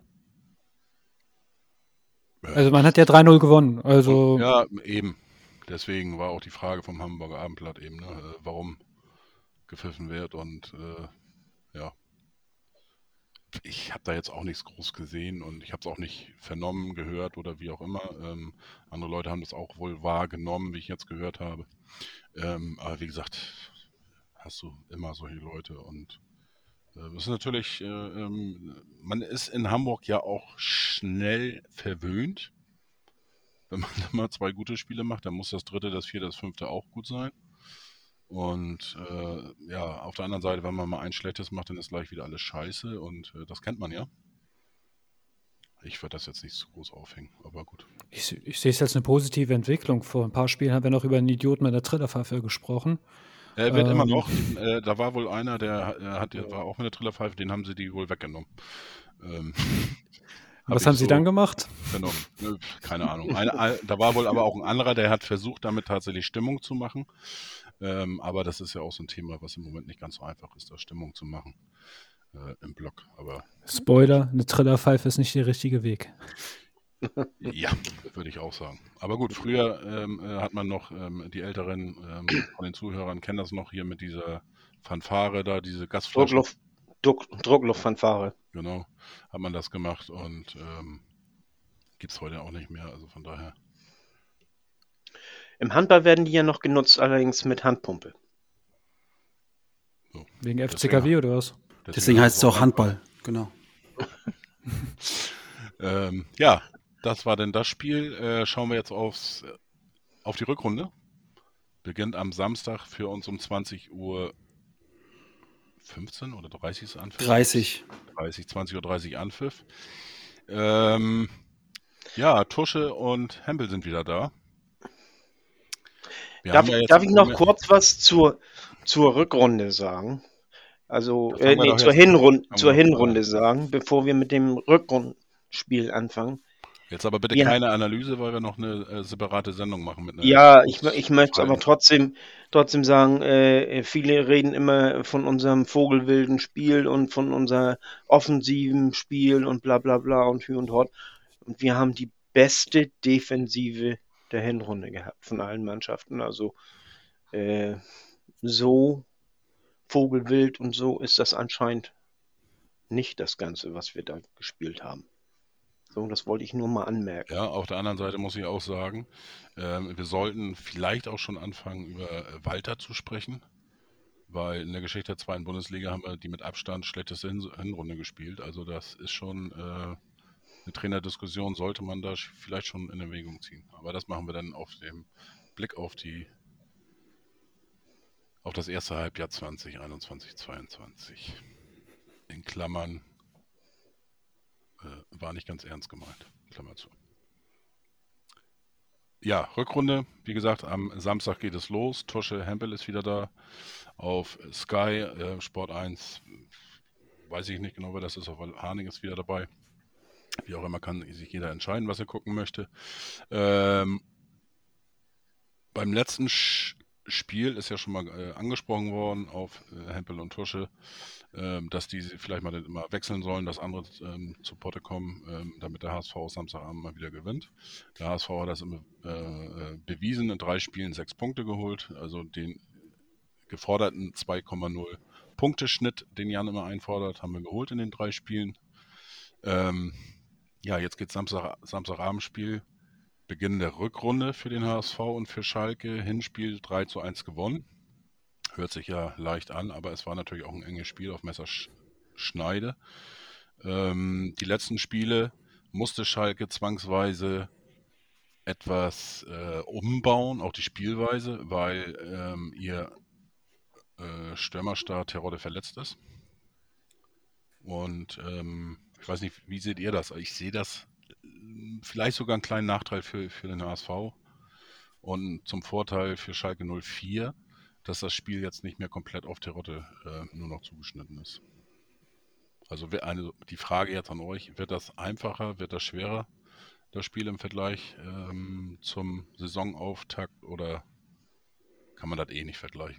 Also man hat ja 3-0 gewonnen. Also Ja, eben. Deswegen war auch die Frage vom Hamburger Abendblatt eben, ne, warum gepfiffen wird. Und ja, ich habe da jetzt auch nichts groß gesehen und ich habe es auch nicht vernommen, gehört oder wie auch immer. Andere Leute haben das auch wohl wahrgenommen, wie ich jetzt gehört habe. Aber wie gesagt, hast du immer solche Leute und das ist natürlich, man ist in Hamburg ja auch schnell verwöhnt. Wenn man mal 2 gute Spiele macht, dann muss das 3., das 4., das 5. auch gut sein. Und ja, auf der anderen Seite, wenn man mal ein schlechtes macht, dann ist gleich wieder alles scheiße und das kennt man ja. Ich würde das jetzt nicht so groß aufhängen, aber gut. ich sehe es als eine positive Entwicklung. Vor ein paar Spielen haben wir noch über einen Idioten mit der Trillerpfeife gesprochen. Er wird immer noch, da war wohl einer, der war auch mit der Trillerpfeife, den haben sie die wohl weggenommen. Was haben Sie dann gemacht? Vernommen. Keine Ahnung. Da war wohl aber auch ein anderer, der hat versucht, damit tatsächlich Stimmung zu machen. Aber das ist ja auch so ein Thema, was im Moment nicht ganz so einfach ist, da Stimmung zu machen im Block. Aber Spoiler, eine Trillerpfeife ist nicht der richtige Weg. ja, würde ich auch sagen. Aber gut, früher hat man noch, die Älteren von den Zuhörern kennen das noch hier mit dieser Fanfare da, diese Gasflaschen. Druckluftfanfare. Genau, hat man das gemacht und gibt es heute auch nicht mehr, also von daher. Im Handball werden die ja noch genutzt, allerdings mit Handpumpe. So. Wegen FCKW oder was? Deswegen heißt es auch Handball, genau. Ja, das war denn das Spiel. Schauen wir jetzt auf die Rückrunde. Beginnt am Samstag für uns um 20:15 Uhr oder 30 ist Anpfiff? 20:30 Uhr Anpfiff. Ja, Tusche und Hempel sind wieder da. Darf ich noch kurz was zur Rückrunde sagen? Also, zur Hinrunde sagen, bevor wir mit dem Rückrundenspiel anfangen. Jetzt aber bitte keine Analyse, weil wir noch eine separate Sendung machen. Ich möchte aber trotzdem sagen, viele reden immer von unserem vogelwilden Spiel und von unserem offensiven Spiel und bla bla bla und hü und hot. Und wir haben die beste Defensive der Hinrunde gehabt von allen Mannschaften. Also so vogelwild und so ist das anscheinend nicht das Ganze, was wir da gespielt haben. So, das wollte ich nur mal anmerken. Ja, auf der anderen Seite muss ich auch sagen, wir sollten vielleicht auch schon anfangen, über Walter zu sprechen, weil in der Geschichte der 2. Bundesliga haben wir die mit Abstand schlechteste Hinrunde gespielt. Also das ist schon eine Trainerdiskussion, sollte man da vielleicht schon in Erwägung ziehen. Aber das machen wir dann auf dem Blick auf das erste Halbjahr 2021/22. In Klammern war nicht ganz ernst gemeint. Klammer zu. Ja, Rückrunde. Wie gesagt, am Samstag geht es los. Tusche Hempel ist wieder da auf Sky. Sport 1, weiß ich nicht genau, wer das ist. Auf Harning ist wieder dabei. Wie auch immer kann sich jeder entscheiden, was er gucken möchte. Beim letzten Spiel ist ja schon mal angesprochen worden auf Hempel und Tusche, dass die vielleicht mal immer wechseln sollen, dass andere zu Potte kommen, damit der HSV Samstagabend mal wieder gewinnt. Der HSV hat das immer bewiesen, in 3 Spielen 6 Punkte geholt, also den geforderten 2,0 Punkteschnitt, den Jan immer einfordert, haben wir geholt in den 3 Spielen. Ja, jetzt geht Samstagabendspiel. Beginn der Rückrunde für den HSV und für Schalke. Hinspiel 3:1 gewonnen. Hört sich ja leicht an, aber es war natürlich auch ein enges Spiel auf Messerschneide. Die letzten Spiele musste Schalke zwangsweise etwas umbauen, auch die Spielweise, weil ihr Stürmerstar Terodde verletzt ist. Und ich weiß nicht, wie seht ihr das? Ich sehe das vielleicht sogar einen kleinen Nachteil für den HSV und zum Vorteil für Schalke 04, dass das Spiel jetzt nicht mehr komplett auf Terodde nur noch zugeschnitten ist. Also die Frage jetzt an euch, wird das einfacher, wird das schwerer, das Spiel im Vergleich zum Saisonauftakt oder kann man das eh nicht vergleichen.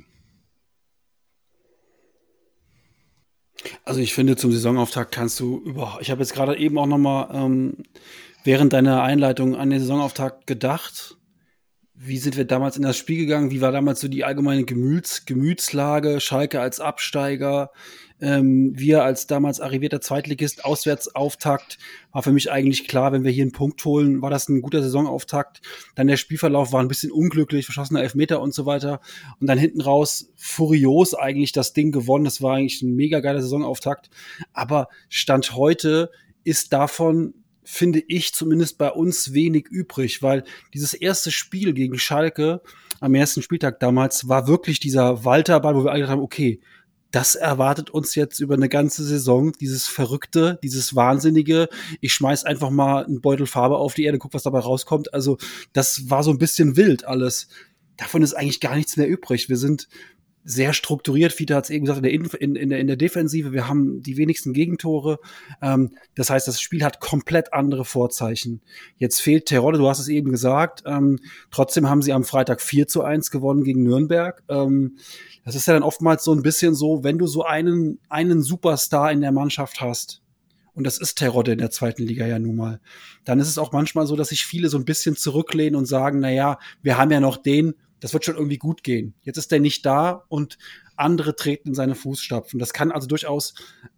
Also ich finde, zum Saisonauftakt kannst du ich habe jetzt gerade eben auch nochmal während deiner Einleitung an den Saisonauftakt gedacht. Wie sind wir damals in das Spiel gegangen? Wie war damals so die allgemeine Gemütslage? Schalke als Absteiger, wir als damals arrivierter Zweitligist, Auswärtsauftakt, war für mich eigentlich klar, wenn wir hier einen Punkt holen, war das ein guter Saisonauftakt. Dann der Spielverlauf war ein bisschen unglücklich, verschossener Elfmeter und so weiter. Und dann hinten raus furios eigentlich das Ding gewonnen. Das war eigentlich ein mega geiler Saisonauftakt. Aber Stand heute ist davon, finde ich, zumindest bei uns wenig übrig, weil dieses erste Spiel gegen Schalke am ersten Spieltag damals war wirklich dieser Walterball, wo wir alle gedacht haben, okay, das erwartet uns jetzt über eine ganze Saison, dieses Verrückte, dieses Wahnsinnige. Ich schmeiß einfach mal einen Beutel Farbe auf die Erde, guck, was dabei rauskommt. Also das war so ein bisschen wild alles. Davon ist eigentlich gar nichts mehr übrig. Wir sind sehr strukturiert. Fiete hat es eben gesagt, in der Defensive. Wir haben die wenigsten Gegentore. Das heißt, das Spiel hat komplett andere Vorzeichen. Jetzt fehlt Terodde, du hast es eben gesagt. Trotzdem haben sie am Freitag 4:1 gewonnen gegen Nürnberg. Das ist ja dann oftmals so ein bisschen so, wenn du so einen Superstar in der Mannschaft hast, und das ist Terodde in der zweiten Liga ja nun mal, dann ist es auch manchmal so, dass sich viele so ein bisschen zurücklehnen und sagen, na ja, wir haben ja noch den, das wird schon irgendwie gut gehen. Jetzt ist der nicht da und andere treten in seine Fußstapfen. Das kann also durchaus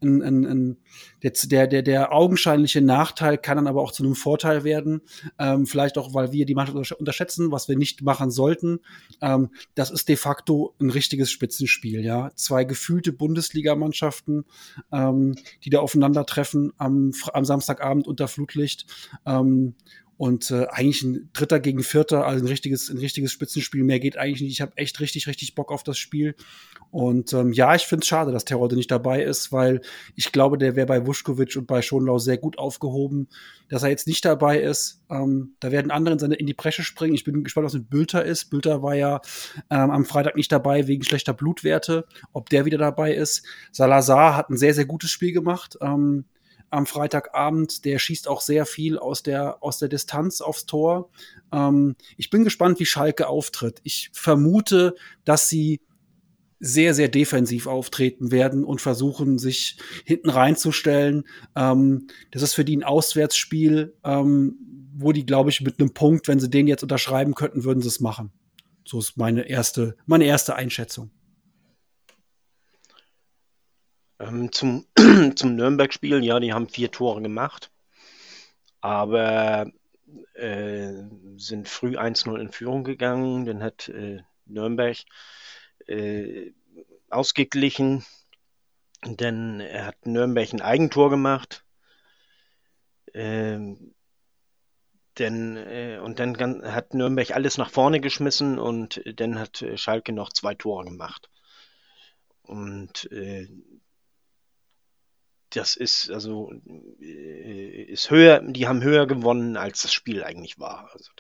der augenscheinliche Nachteil kann dann aber auch zu einem Vorteil werden. Vielleicht auch, weil wir die Mannschaft unterschätzen, was wir nicht machen sollten. Das ist de facto ein richtiges Spitzenspiel, ja. 2 gefühlte Bundesligamannschaften, die da aufeinandertreffen am Samstagabend unter Flutlicht. Und eigentlich ein Dritter gegen Vierter, also ein richtiges Spitzenspiel. Mehr geht eigentlich nicht. Ich habe echt richtig Bock auf das Spiel. Und ja, ich finde es schade, dass Terodde nicht dabei ist, weil ich glaube, der wäre bei Vuskovic und bei Schonlau sehr gut aufgehoben. Dass er jetzt nicht dabei ist, da werden andere in die Bresche springen. Ich bin gespannt, was mit Bülter ist. Bülter war ja am Freitag nicht dabei wegen schlechter Blutwerte. Ob der wieder dabei ist. Salazar hat ein sehr gutes Spiel gemacht. Am Freitagabend, der schießt auch sehr viel aus der Distanz aufs Tor. Ich bin gespannt, wie Schalke auftritt. Ich vermute, dass sie sehr defensiv auftreten werden und versuchen, sich hinten reinzustellen. Das ist für die ein Auswärtsspiel, wo die, glaube ich, mit einem Punkt, wenn sie den jetzt unterschreiben könnten, würden sie es machen. So ist meine erste Einschätzung. Zum Nürnberg-Spiel, ja, die haben 4 Tore gemacht, aber sind früh 1:0 in Führung gegangen. Dann hat Nürnberg ausgeglichen. Dann hat Nürnberg ein Eigentor gemacht. Und dann hat Nürnberg alles nach vorne geschmissen und dann hat Schalke noch 2 Tore gemacht. Und das ist ist höher, die haben höher gewonnen, als das Spiel eigentlich war. Also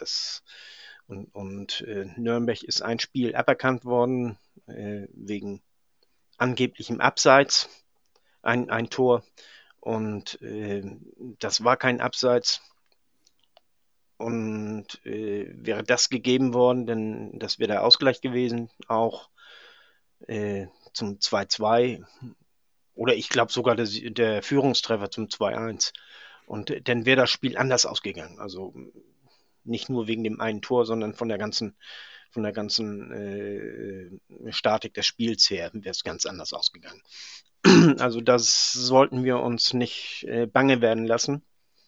Nürnberg ist ein Spiel aberkannt worden, wegen angeblichem Abseits, ein Tor. Und das war kein Abseits. Und wäre das gegeben worden, dann das wäre der Ausgleich gewesen, auch zum 2:2. Oder ich glaube sogar der Führungstreffer zum 2:1. Und dann wäre das Spiel anders ausgegangen. Also nicht nur wegen dem einen Tor, sondern von der ganzen Statik des Spiels her wäre es ganz anders ausgegangen. Also das sollten wir uns nicht bange werden lassen.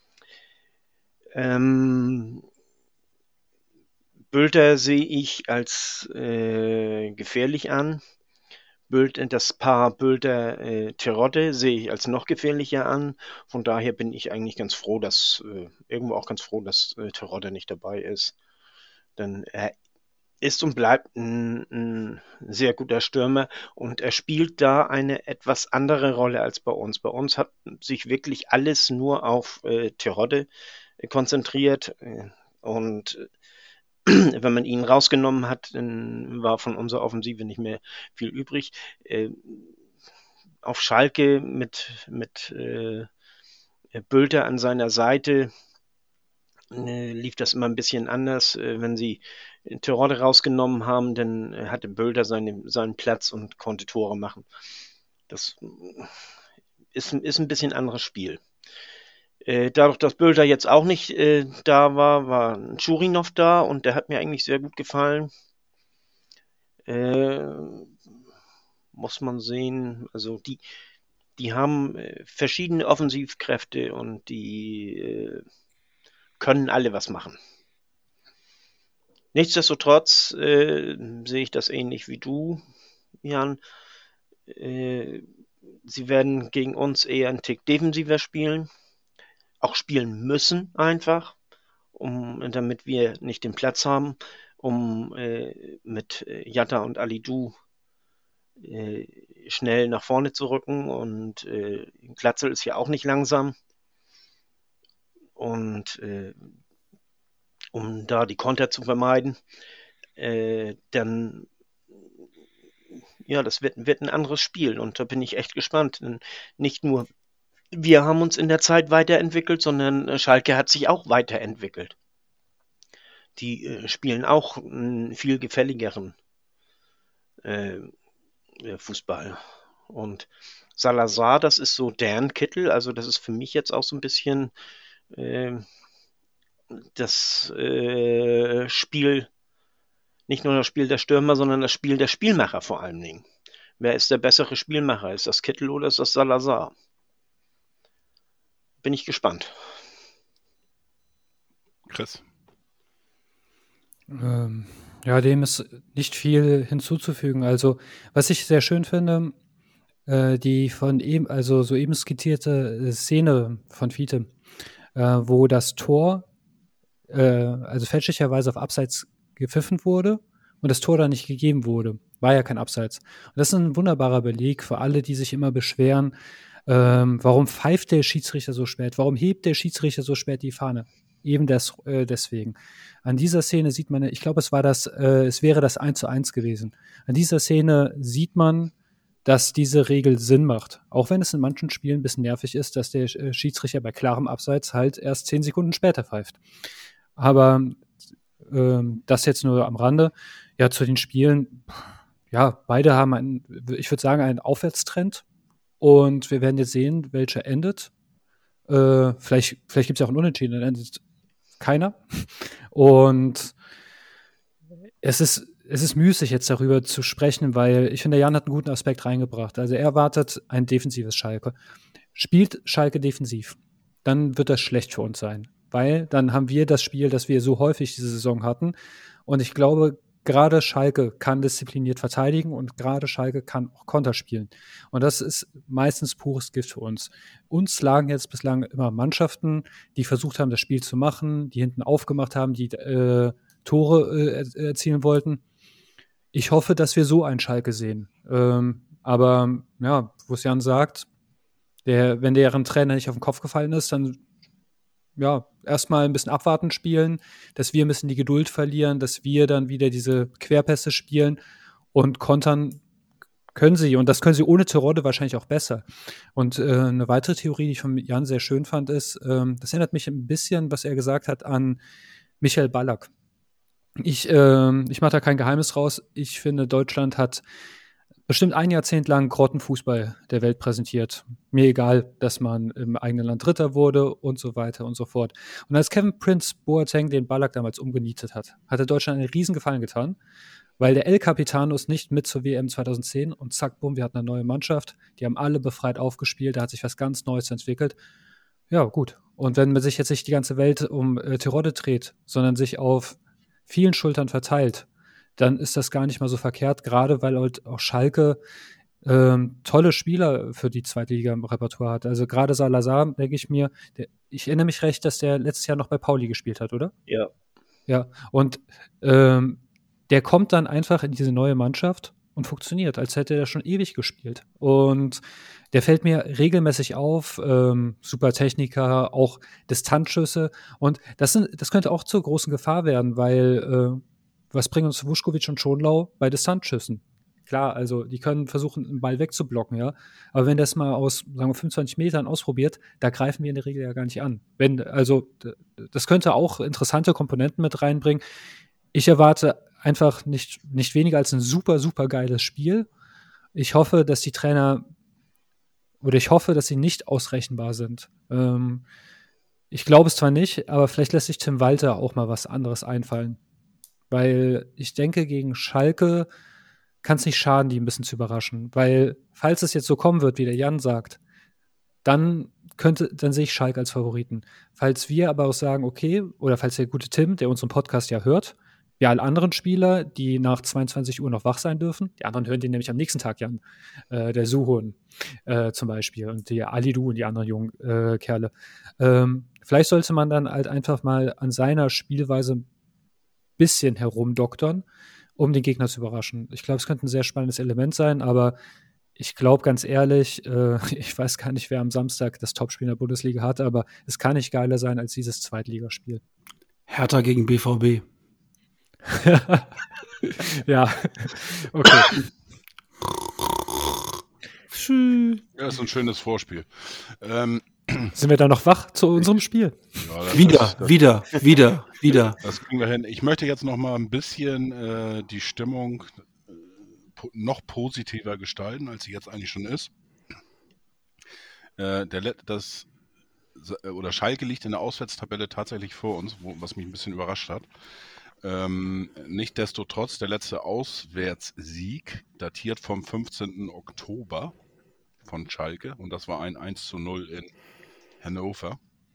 Bülter sehe ich als gefährlich an. Das Paar Bülter-Terodde sehe ich als noch gefährlicher an. Von daher bin ich eigentlich ganz froh, dass Terodde nicht dabei ist. Denn er ist und bleibt ein sehr guter Stürmer und er spielt da eine etwas andere Rolle als bei uns. Bei uns hat sich wirklich alles nur auf Terodde konzentriert und wenn man ihn rausgenommen hat, dann war von unserer Offensive nicht mehr viel übrig. Auf Schalke mit Bülter an seiner Seite lief das immer ein bisschen anders. Wenn sie Terodde rausgenommen haben, dann hatte Bülter seinen Platz und konnte Tore machen. Das ist ein bisschen anderes Spiel. Dadurch, dass Bülter jetzt auch nicht da war Schurinov da und der hat mir eigentlich sehr gut gefallen. Muss man sehen. Also die haben verschiedene Offensivkräfte und die können alle was machen. Nichtsdestotrotz sehe ich das ähnlich wie du, Jan. Sie werden gegen uns eher einen Tick defensiver spielen. Auch spielen müssen einfach, damit wir nicht den Platz haben, um mit Jatta und Alidou schnell nach vorne zu rücken. Und Glatzel ist ja auch nicht langsam. Und um da die Konter zu vermeiden, dann ja, das wird ein anderes Spiel. Und da bin ich echt gespannt. Denn nicht nur wir haben uns in der Zeit weiterentwickelt, sondern Schalke hat sich auch weiterentwickelt. Die spielen auch einen viel gefälligeren Fußball. Und Salazar, das ist so deren Kittel, also das ist für mich jetzt auch so ein bisschen das Spiel, nicht nur das Spiel der Stürmer, sondern das Spiel der Spielmacher vor allen Dingen. Wer ist der bessere Spielmacher? Ist das Kittel oder ist das Salazar? Bin ich gespannt. Chris? Ja, dem ist nicht viel hinzuzufügen. Also, was ich sehr schön finde, die von eben, also soeben skizzierte Szene von Fiete, wo das Tor, also fälschlicherweise auf Abseits gepfiffen wurde und das Tor dann nicht gegeben wurde. War ja kein Abseits. Und das ist ein wunderbarer Beleg für alle, die sich immer beschweren, warum pfeift der Schiedsrichter so spät? Warum hebt der Schiedsrichter so spät die Fahne? Eben deswegen. An dieser Szene sieht man, ich glaube, es wäre das 1:1 gewesen. An dieser Szene sieht man, dass diese Regel Sinn macht. Auch wenn es in manchen Spielen ein bisschen nervig ist, dass der Schiedsrichter bei klarem Abseits halt erst 10 Sekunden später pfeift. Aber das jetzt nur am Rande. Ja, zu den Spielen, ja, beide haben ich würde sagen, einen Aufwärtstrend. Und wir werden jetzt sehen, welcher endet. Vielleicht gibt es ja auch einen Unentschieden, dann endet keiner. Und es ist müßig, jetzt darüber zu sprechen, weil ich finde, Jan hat einen guten Aspekt reingebracht. Also er erwartet ein defensives Schalke. Spielt Schalke defensiv, dann wird das schlecht für uns sein. Weil dann haben wir das Spiel, das wir so häufig diese Saison hatten. Und ich glaube, gerade Schalke kann diszipliniert verteidigen und gerade Schalke kann auch Konter spielen. Und das ist meistens pures Gift für uns. Uns lagen jetzt bislang immer Mannschaften, die versucht haben, das Spiel zu machen, die hinten aufgemacht haben, die Tore erzielen wollten. Ich hoffe, dass wir so einen Schalke sehen. Aber ja, wo es Jan sagt, wenn deren Trainer nicht auf den Kopf gefallen ist, dann ja, erstmal ein bisschen abwarten spielen, dass wir ein bisschen die Geduld verlieren, dass wir dann wieder diese Querpässe spielen und kontern können sie. Und das können sie ohne Terodde wahrscheinlich auch besser. Und eine weitere Theorie, die ich von Jan sehr schön fand, ist, das erinnert mich ein bisschen, was er gesagt hat, an Michael Ballack. Ich mache da kein Geheimnis raus. Ich finde, Deutschland hat bestimmt ein Jahrzehnt lang Grottenfußball der Welt präsentiert. Mir egal, dass man im eigenen Land Dritter wurde und so weiter und so fort. Und als Kevin Prince Boateng den Ballack damals umgenietet hat, hat er Deutschland einen riesen Gefallen getan, weil der El Capitano ist nicht mit zur WM 2010 und zack, bumm, wir hatten eine neue Mannschaft. Die haben alle befreit aufgespielt, da hat sich was ganz Neues entwickelt. Ja, gut. Und wenn man sich jetzt nicht die ganze Welt um Terodde dreht, sondern sich auf vielen Schultern verteilt, dann ist das gar nicht mal so verkehrt, gerade weil halt auch Schalke tolle Spieler für die zweite Liga im Repertoire hat. Also gerade Salazar, denke ich mir, ich erinnere mich recht, dass der letztes Jahr noch bei Pauli gespielt hat, oder? Ja. Ja, und der kommt dann einfach in diese neue Mannschaft und funktioniert, als hätte er schon ewig gespielt. Und der fällt mir regelmäßig auf, super Techniker, auch Distanzschüsse. Und das könnte auch zur großen Gefahr werden, weil was bringen uns Vuskovic und Schonlau bei Distanzschüssen? Klar, also die können versuchen, einen Ball wegzublocken, ja. Aber wenn das mal aus, sagen wir, 25 Metern ausprobiert, da greifen wir in der Regel ja gar nicht an. Das könnte auch interessante Komponenten mit reinbringen. Ich erwarte einfach nicht weniger als ein super, super geiles Spiel. Ich hoffe, dass die Trainer dass sie nicht ausrechenbar sind. Ich glaube es zwar nicht, aber vielleicht lässt sich Tim Walter auch mal was anderes einfallen. Weil ich denke, gegen Schalke kann es nicht schaden, die ein bisschen zu überraschen. Weil, falls es jetzt so kommen wird, wie der Jan sagt, dann sehe ich Schalke als Favoriten. Falls wir aber auch sagen, okay, oder falls der gute Tim, der unseren Podcast ja hört, wie alle anderen Spieler, die nach 22 Uhr noch wach sein dürfen, die anderen hören den nämlich am nächsten Tag, Jan, der Suhun zum Beispiel und die Alidu und die anderen jungen Kerle. Vielleicht sollte man dann halt einfach mal an seiner Spielweise ein bisschen herumdoktern, um den Gegner zu überraschen. Ich glaube, es könnte ein sehr spannendes Element sein, aber ich glaube ganz ehrlich, ich weiß gar nicht, wer am Samstag das Topspiel in der Bundesliga hatte, aber es kann nicht geiler sein als dieses Zweitligaspiel. Hertha gegen BVB. Ja, okay. Ja, ist ein schönes Vorspiel. Sind wir da noch wach zu unserem Spiel? Ja, Wieder. Das kriegen wir hin. Ich möchte jetzt noch mal ein bisschen die Stimmung noch positiver gestalten, als sie jetzt eigentlich schon ist. Schalke liegt in der Auswärtstabelle tatsächlich vor uns, was mich ein bisschen überrascht hat. Nichtsdestotrotz, der letzte Auswärtssieg datiert vom 15. Oktober von Schalke und das war ein 1:0 in Hannover.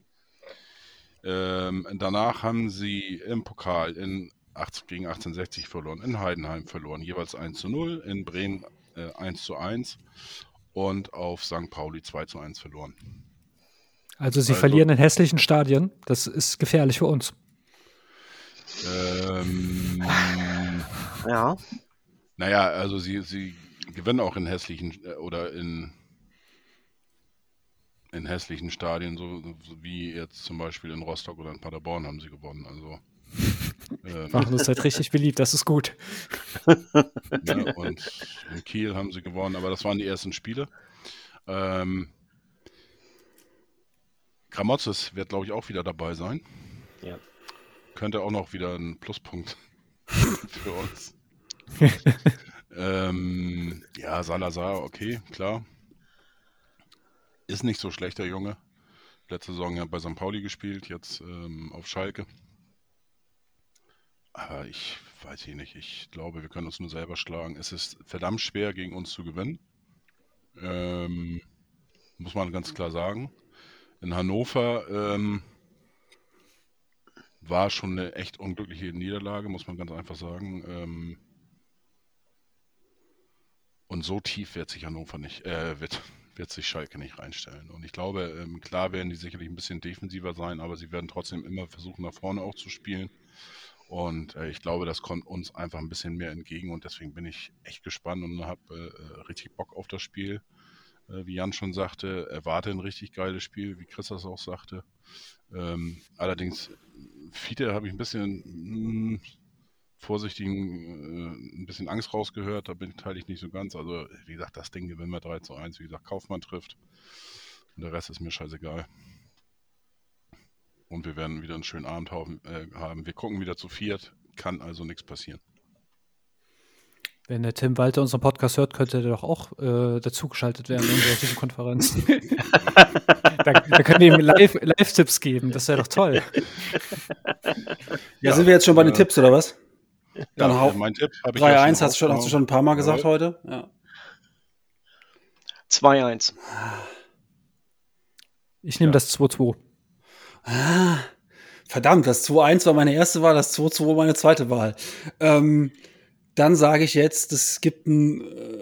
Danach haben sie im Pokal gegen 1860 verloren, in Heidenheim verloren, jeweils 1:0, in Bremen 1:1 und auf St. Pauli 2:1 verloren. Also sie verlieren in hässlichen Stadien, das ist gefährlich für uns. Ja. Naja, also sie gewinnen auch in hässlichen in hässlichen Stadien, so wie jetzt zum Beispiel in Rostock oder in Paderborn haben sie gewonnen. Also machen uns halt richtig beliebt, das ist gut. Ja, und in Kiel haben sie gewonnen, aber das waren die ersten Spiele. Gramotzes wird, glaube ich, auch wieder dabei sein. Ja. Könnte auch noch wieder ein Pluspunkt für uns. Ja, Salazar, okay, klar. Ist nicht so schlecht, der Junge. Letzte Saison ja bei St. Pauli gespielt, jetzt auf Schalke. Aber ich weiß nicht. Ich glaube, wir können uns nur selber schlagen. Es ist verdammt schwer, gegen uns zu gewinnen. Muss man ganz klar sagen. In Hannover war schon eine echt unglückliche Niederlage, muss man ganz einfach sagen. Und so tief wird sich Hannover nicht, wird sich Schalke nicht reinstellen. Und ich glaube, klar werden die sicherlich ein bisschen defensiver sein, aber sie werden trotzdem immer versuchen, nach vorne auch zu spielen. Und ich glaube, das kommt uns einfach ein bisschen mehr entgegen und deswegen bin ich echt gespannt und habe richtig Bock auf das Spiel. Wie Jan schon sagte, erwarte ein richtig geiles Spiel, wie Chris das auch sagte. Allerdings, Fiete habe ich ein bisschen ein bisschen Angst rausgehört, da teile ich nicht so ganz. Also, wie gesagt, das Ding gewinnen wir 3:1. Wie gesagt, Kaufmann trifft und der Rest ist mir scheißegal. Und wir werden wieder einen schönen Abend haben. Wir gucken wieder zu viert, kann also nichts passieren. Wenn der Tim Walter unseren Podcast hört, könnte der doch auch dazugeschaltet werden in unserer Videokonferenz. da können wir ihm Live-Tipps geben, das wäre doch toll. Ja, sind wir jetzt schon bei den Tipps, oder was? Dann Ja, mein Tipp habe ich 3:1 hast du schon ein paar Mal gesagt heute. Ja. 2:1. Ich nehme das 2:2. Verdammt, das 2:1 war meine erste Wahl, das 2:2 meine zweite Wahl. Dann sage ich jetzt, es gibt ein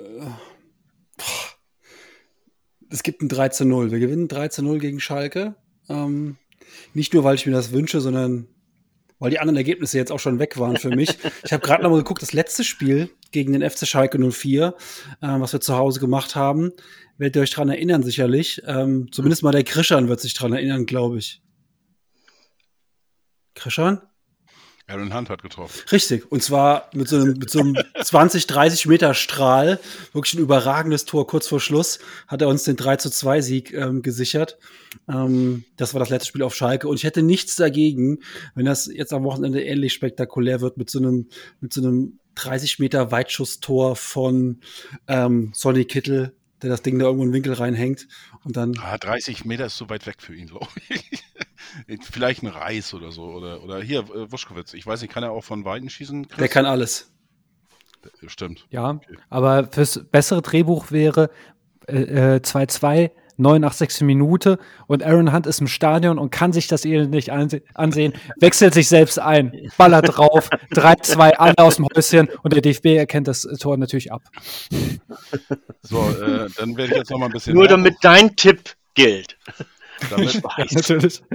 3:0. Wir gewinnen 3:0 gegen Schalke. Nicht nur, weil ich mir das wünsche, sondern weil die anderen Ergebnisse jetzt auch schon weg waren für mich. Ich habe gerade noch mal geguckt, das letzte Spiel gegen den FC Schalke 04, was wir zu Hause gemacht haben, werdet ihr euch dran erinnern sicherlich. Zumindest mal der Krischan wird sich dran erinnern, glaube ich. Krischan? Aaron Hunt hat getroffen. Richtig. Und zwar mit so einem 20, 30 Meter Strahl. Wirklich ein überragendes Tor. Kurz vor Schluss hat er uns den 3-2-Sieg gesichert. Das war das letzte Spiel auf Schalke. Und ich hätte nichts dagegen, wenn das jetzt am Wochenende ähnlich spektakulär wird mit so einem 30 Meter Weitschusstor von Sonny Kittel, der das Ding da irgendwo in den Winkel reinhängt. Und dann 30 Meter ist so weit weg für ihn, glaube ich. Vielleicht ein Reis oder so. Oder hier, Wuschkowitz. Ich weiß nicht, kann er auch von Weiten schießen? Chris? der kann alles. Stimmt. Ja, Okay. aber fürs bessere Drehbuch wäre 2-2, 89. Minute und Aaron Hunt ist im Stadion und kann sich das Elend nicht ansehen, wechselt sich selbst ein, ballert drauf, 3-2, alle aus dem Häuschen und der DFB erkennt das Tor natürlich ab. So, dann werde ich jetzt noch mal ein bisschen... Nur damit dein Tipp gilt. Damit, Ja, natürlich.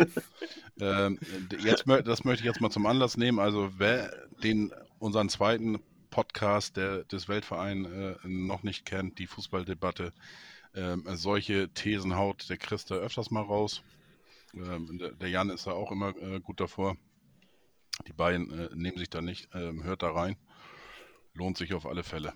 das möchte ich jetzt mal zum Anlass nehmen. Also wer unseren zweiten Podcast des Weltvereins noch nicht kennt, die Fußballdebatte, solche Thesen haut der Chris da öfters mal raus. Der Jan ist da auch immer gut davor. Die beiden nehmen sich da nicht, hört da rein. Lohnt sich auf alle Fälle.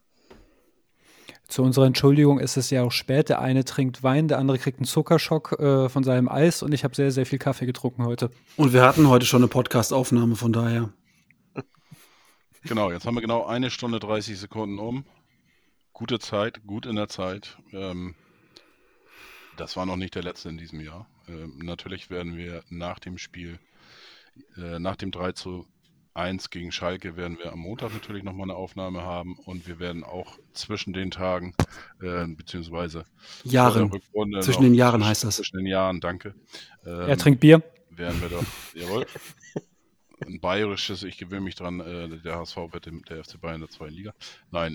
Zu unserer Entschuldigung ist es ja auch spät. Der eine trinkt Wein, der andere kriegt einen Zuckerschock von seinem Eis und ich habe sehr, sehr viel Kaffee getrunken heute. Und wir hatten heute schon eine Podcast-Aufnahme, von daher. Genau, jetzt haben wir genau 1 Stunde 30 Sekunden um. Gute Zeit, gut in der Zeit. Das war noch nicht der letzte in diesem Jahr. Natürlich werden wir nach dem Spiel, nach dem 3-1 gegen Schalke, werden wir am Montag natürlich nochmal eine Aufnahme haben und wir werden auch zwischen den Tagen, beziehungsweise Jahren. Rückrunde Zwischen den Jahren heißt das. Zwischen den Jahren, danke. Er trinkt Bier. Werden wir doch, jawohl. Ein bayerisches, ich gewöhne mich dran, der HSV wird der FC Bayern in der 2. Liga. Nein,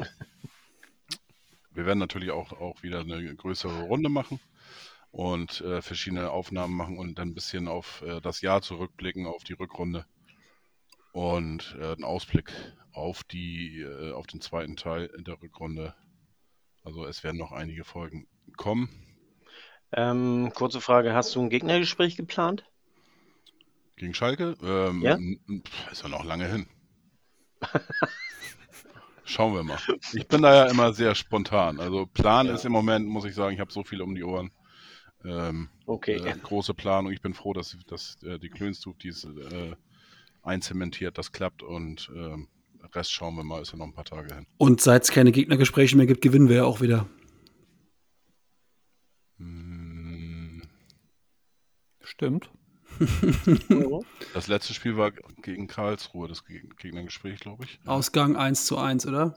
wir werden natürlich auch wieder eine größere Runde machen und verschiedene Aufnahmen machen und dann ein bisschen auf das Jahr zurückblicken, auf die Rückrunde und einen Ausblick auf den zweiten Teil der Rückrunde. Also es werden noch einige Folgen kommen. Kurze Frage, hast du ein Gegnergespräch geplant? Gegen Schalke? Ja? Ist ja noch lange hin. Schauen wir mal. Ich bin da ja immer sehr spontan. Also Plan ist im Moment, muss ich sagen, ich habe so viel um die Ohren. Okay. Große Planung. Ich bin froh, dass die Klönstuf dies einzementiert, das klappt und Rest schauen wir mal, ist ja noch ein paar Tage hin. Und seit es keine Gegnergespräche mehr gibt, gewinnen wir ja auch wieder. Stimmt. Das letzte Spiel war gegen Karlsruhe, das Gegnergespräch, glaube ich. Ausgang 1:1, oder?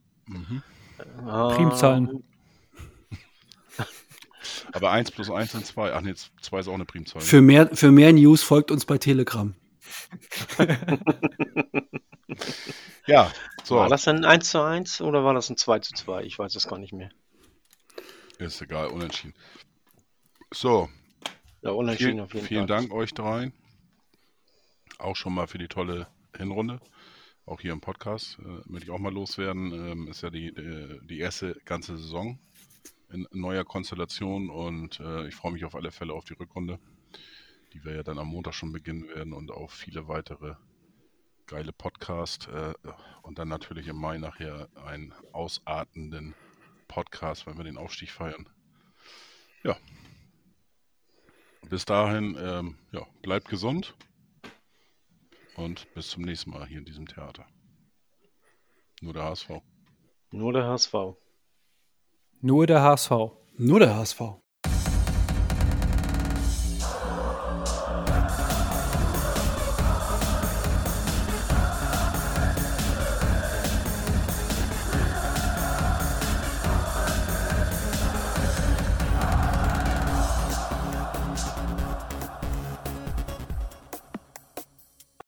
Primzahlen. Aber 1 + 1 sind 2. Ach nee, 2 ist auch eine Primzahl. Für mehr News folgt uns bei Telegram. Ja, so. War das ein 1:1 oder war das ein 2:2? Ich weiß es gar nicht mehr. Ist egal, unentschieden. So. Ja, unentschieden auf jeden Fall. Vielen Dank euch dreien. Auch schon mal für die tolle Hinrunde. Auch hier im Podcast möchte ich auch mal loswerden. Ist ja die erste ganze Saison in neuer Konstellation und ich freue mich auf alle Fälle auf die Rückrunde, die wir ja dann am Montag schon beginnen werden und auf viele weitere geile Podcasts und dann natürlich im Mai nachher einen ausartenden Podcast, wenn wir den Aufstieg feiern. Ja. Bis dahin, bleibt gesund und bis zum nächsten Mal hier in diesem Theater. Nur der HSV. Nur der HSV. Nur der HSV. Nur der HSV.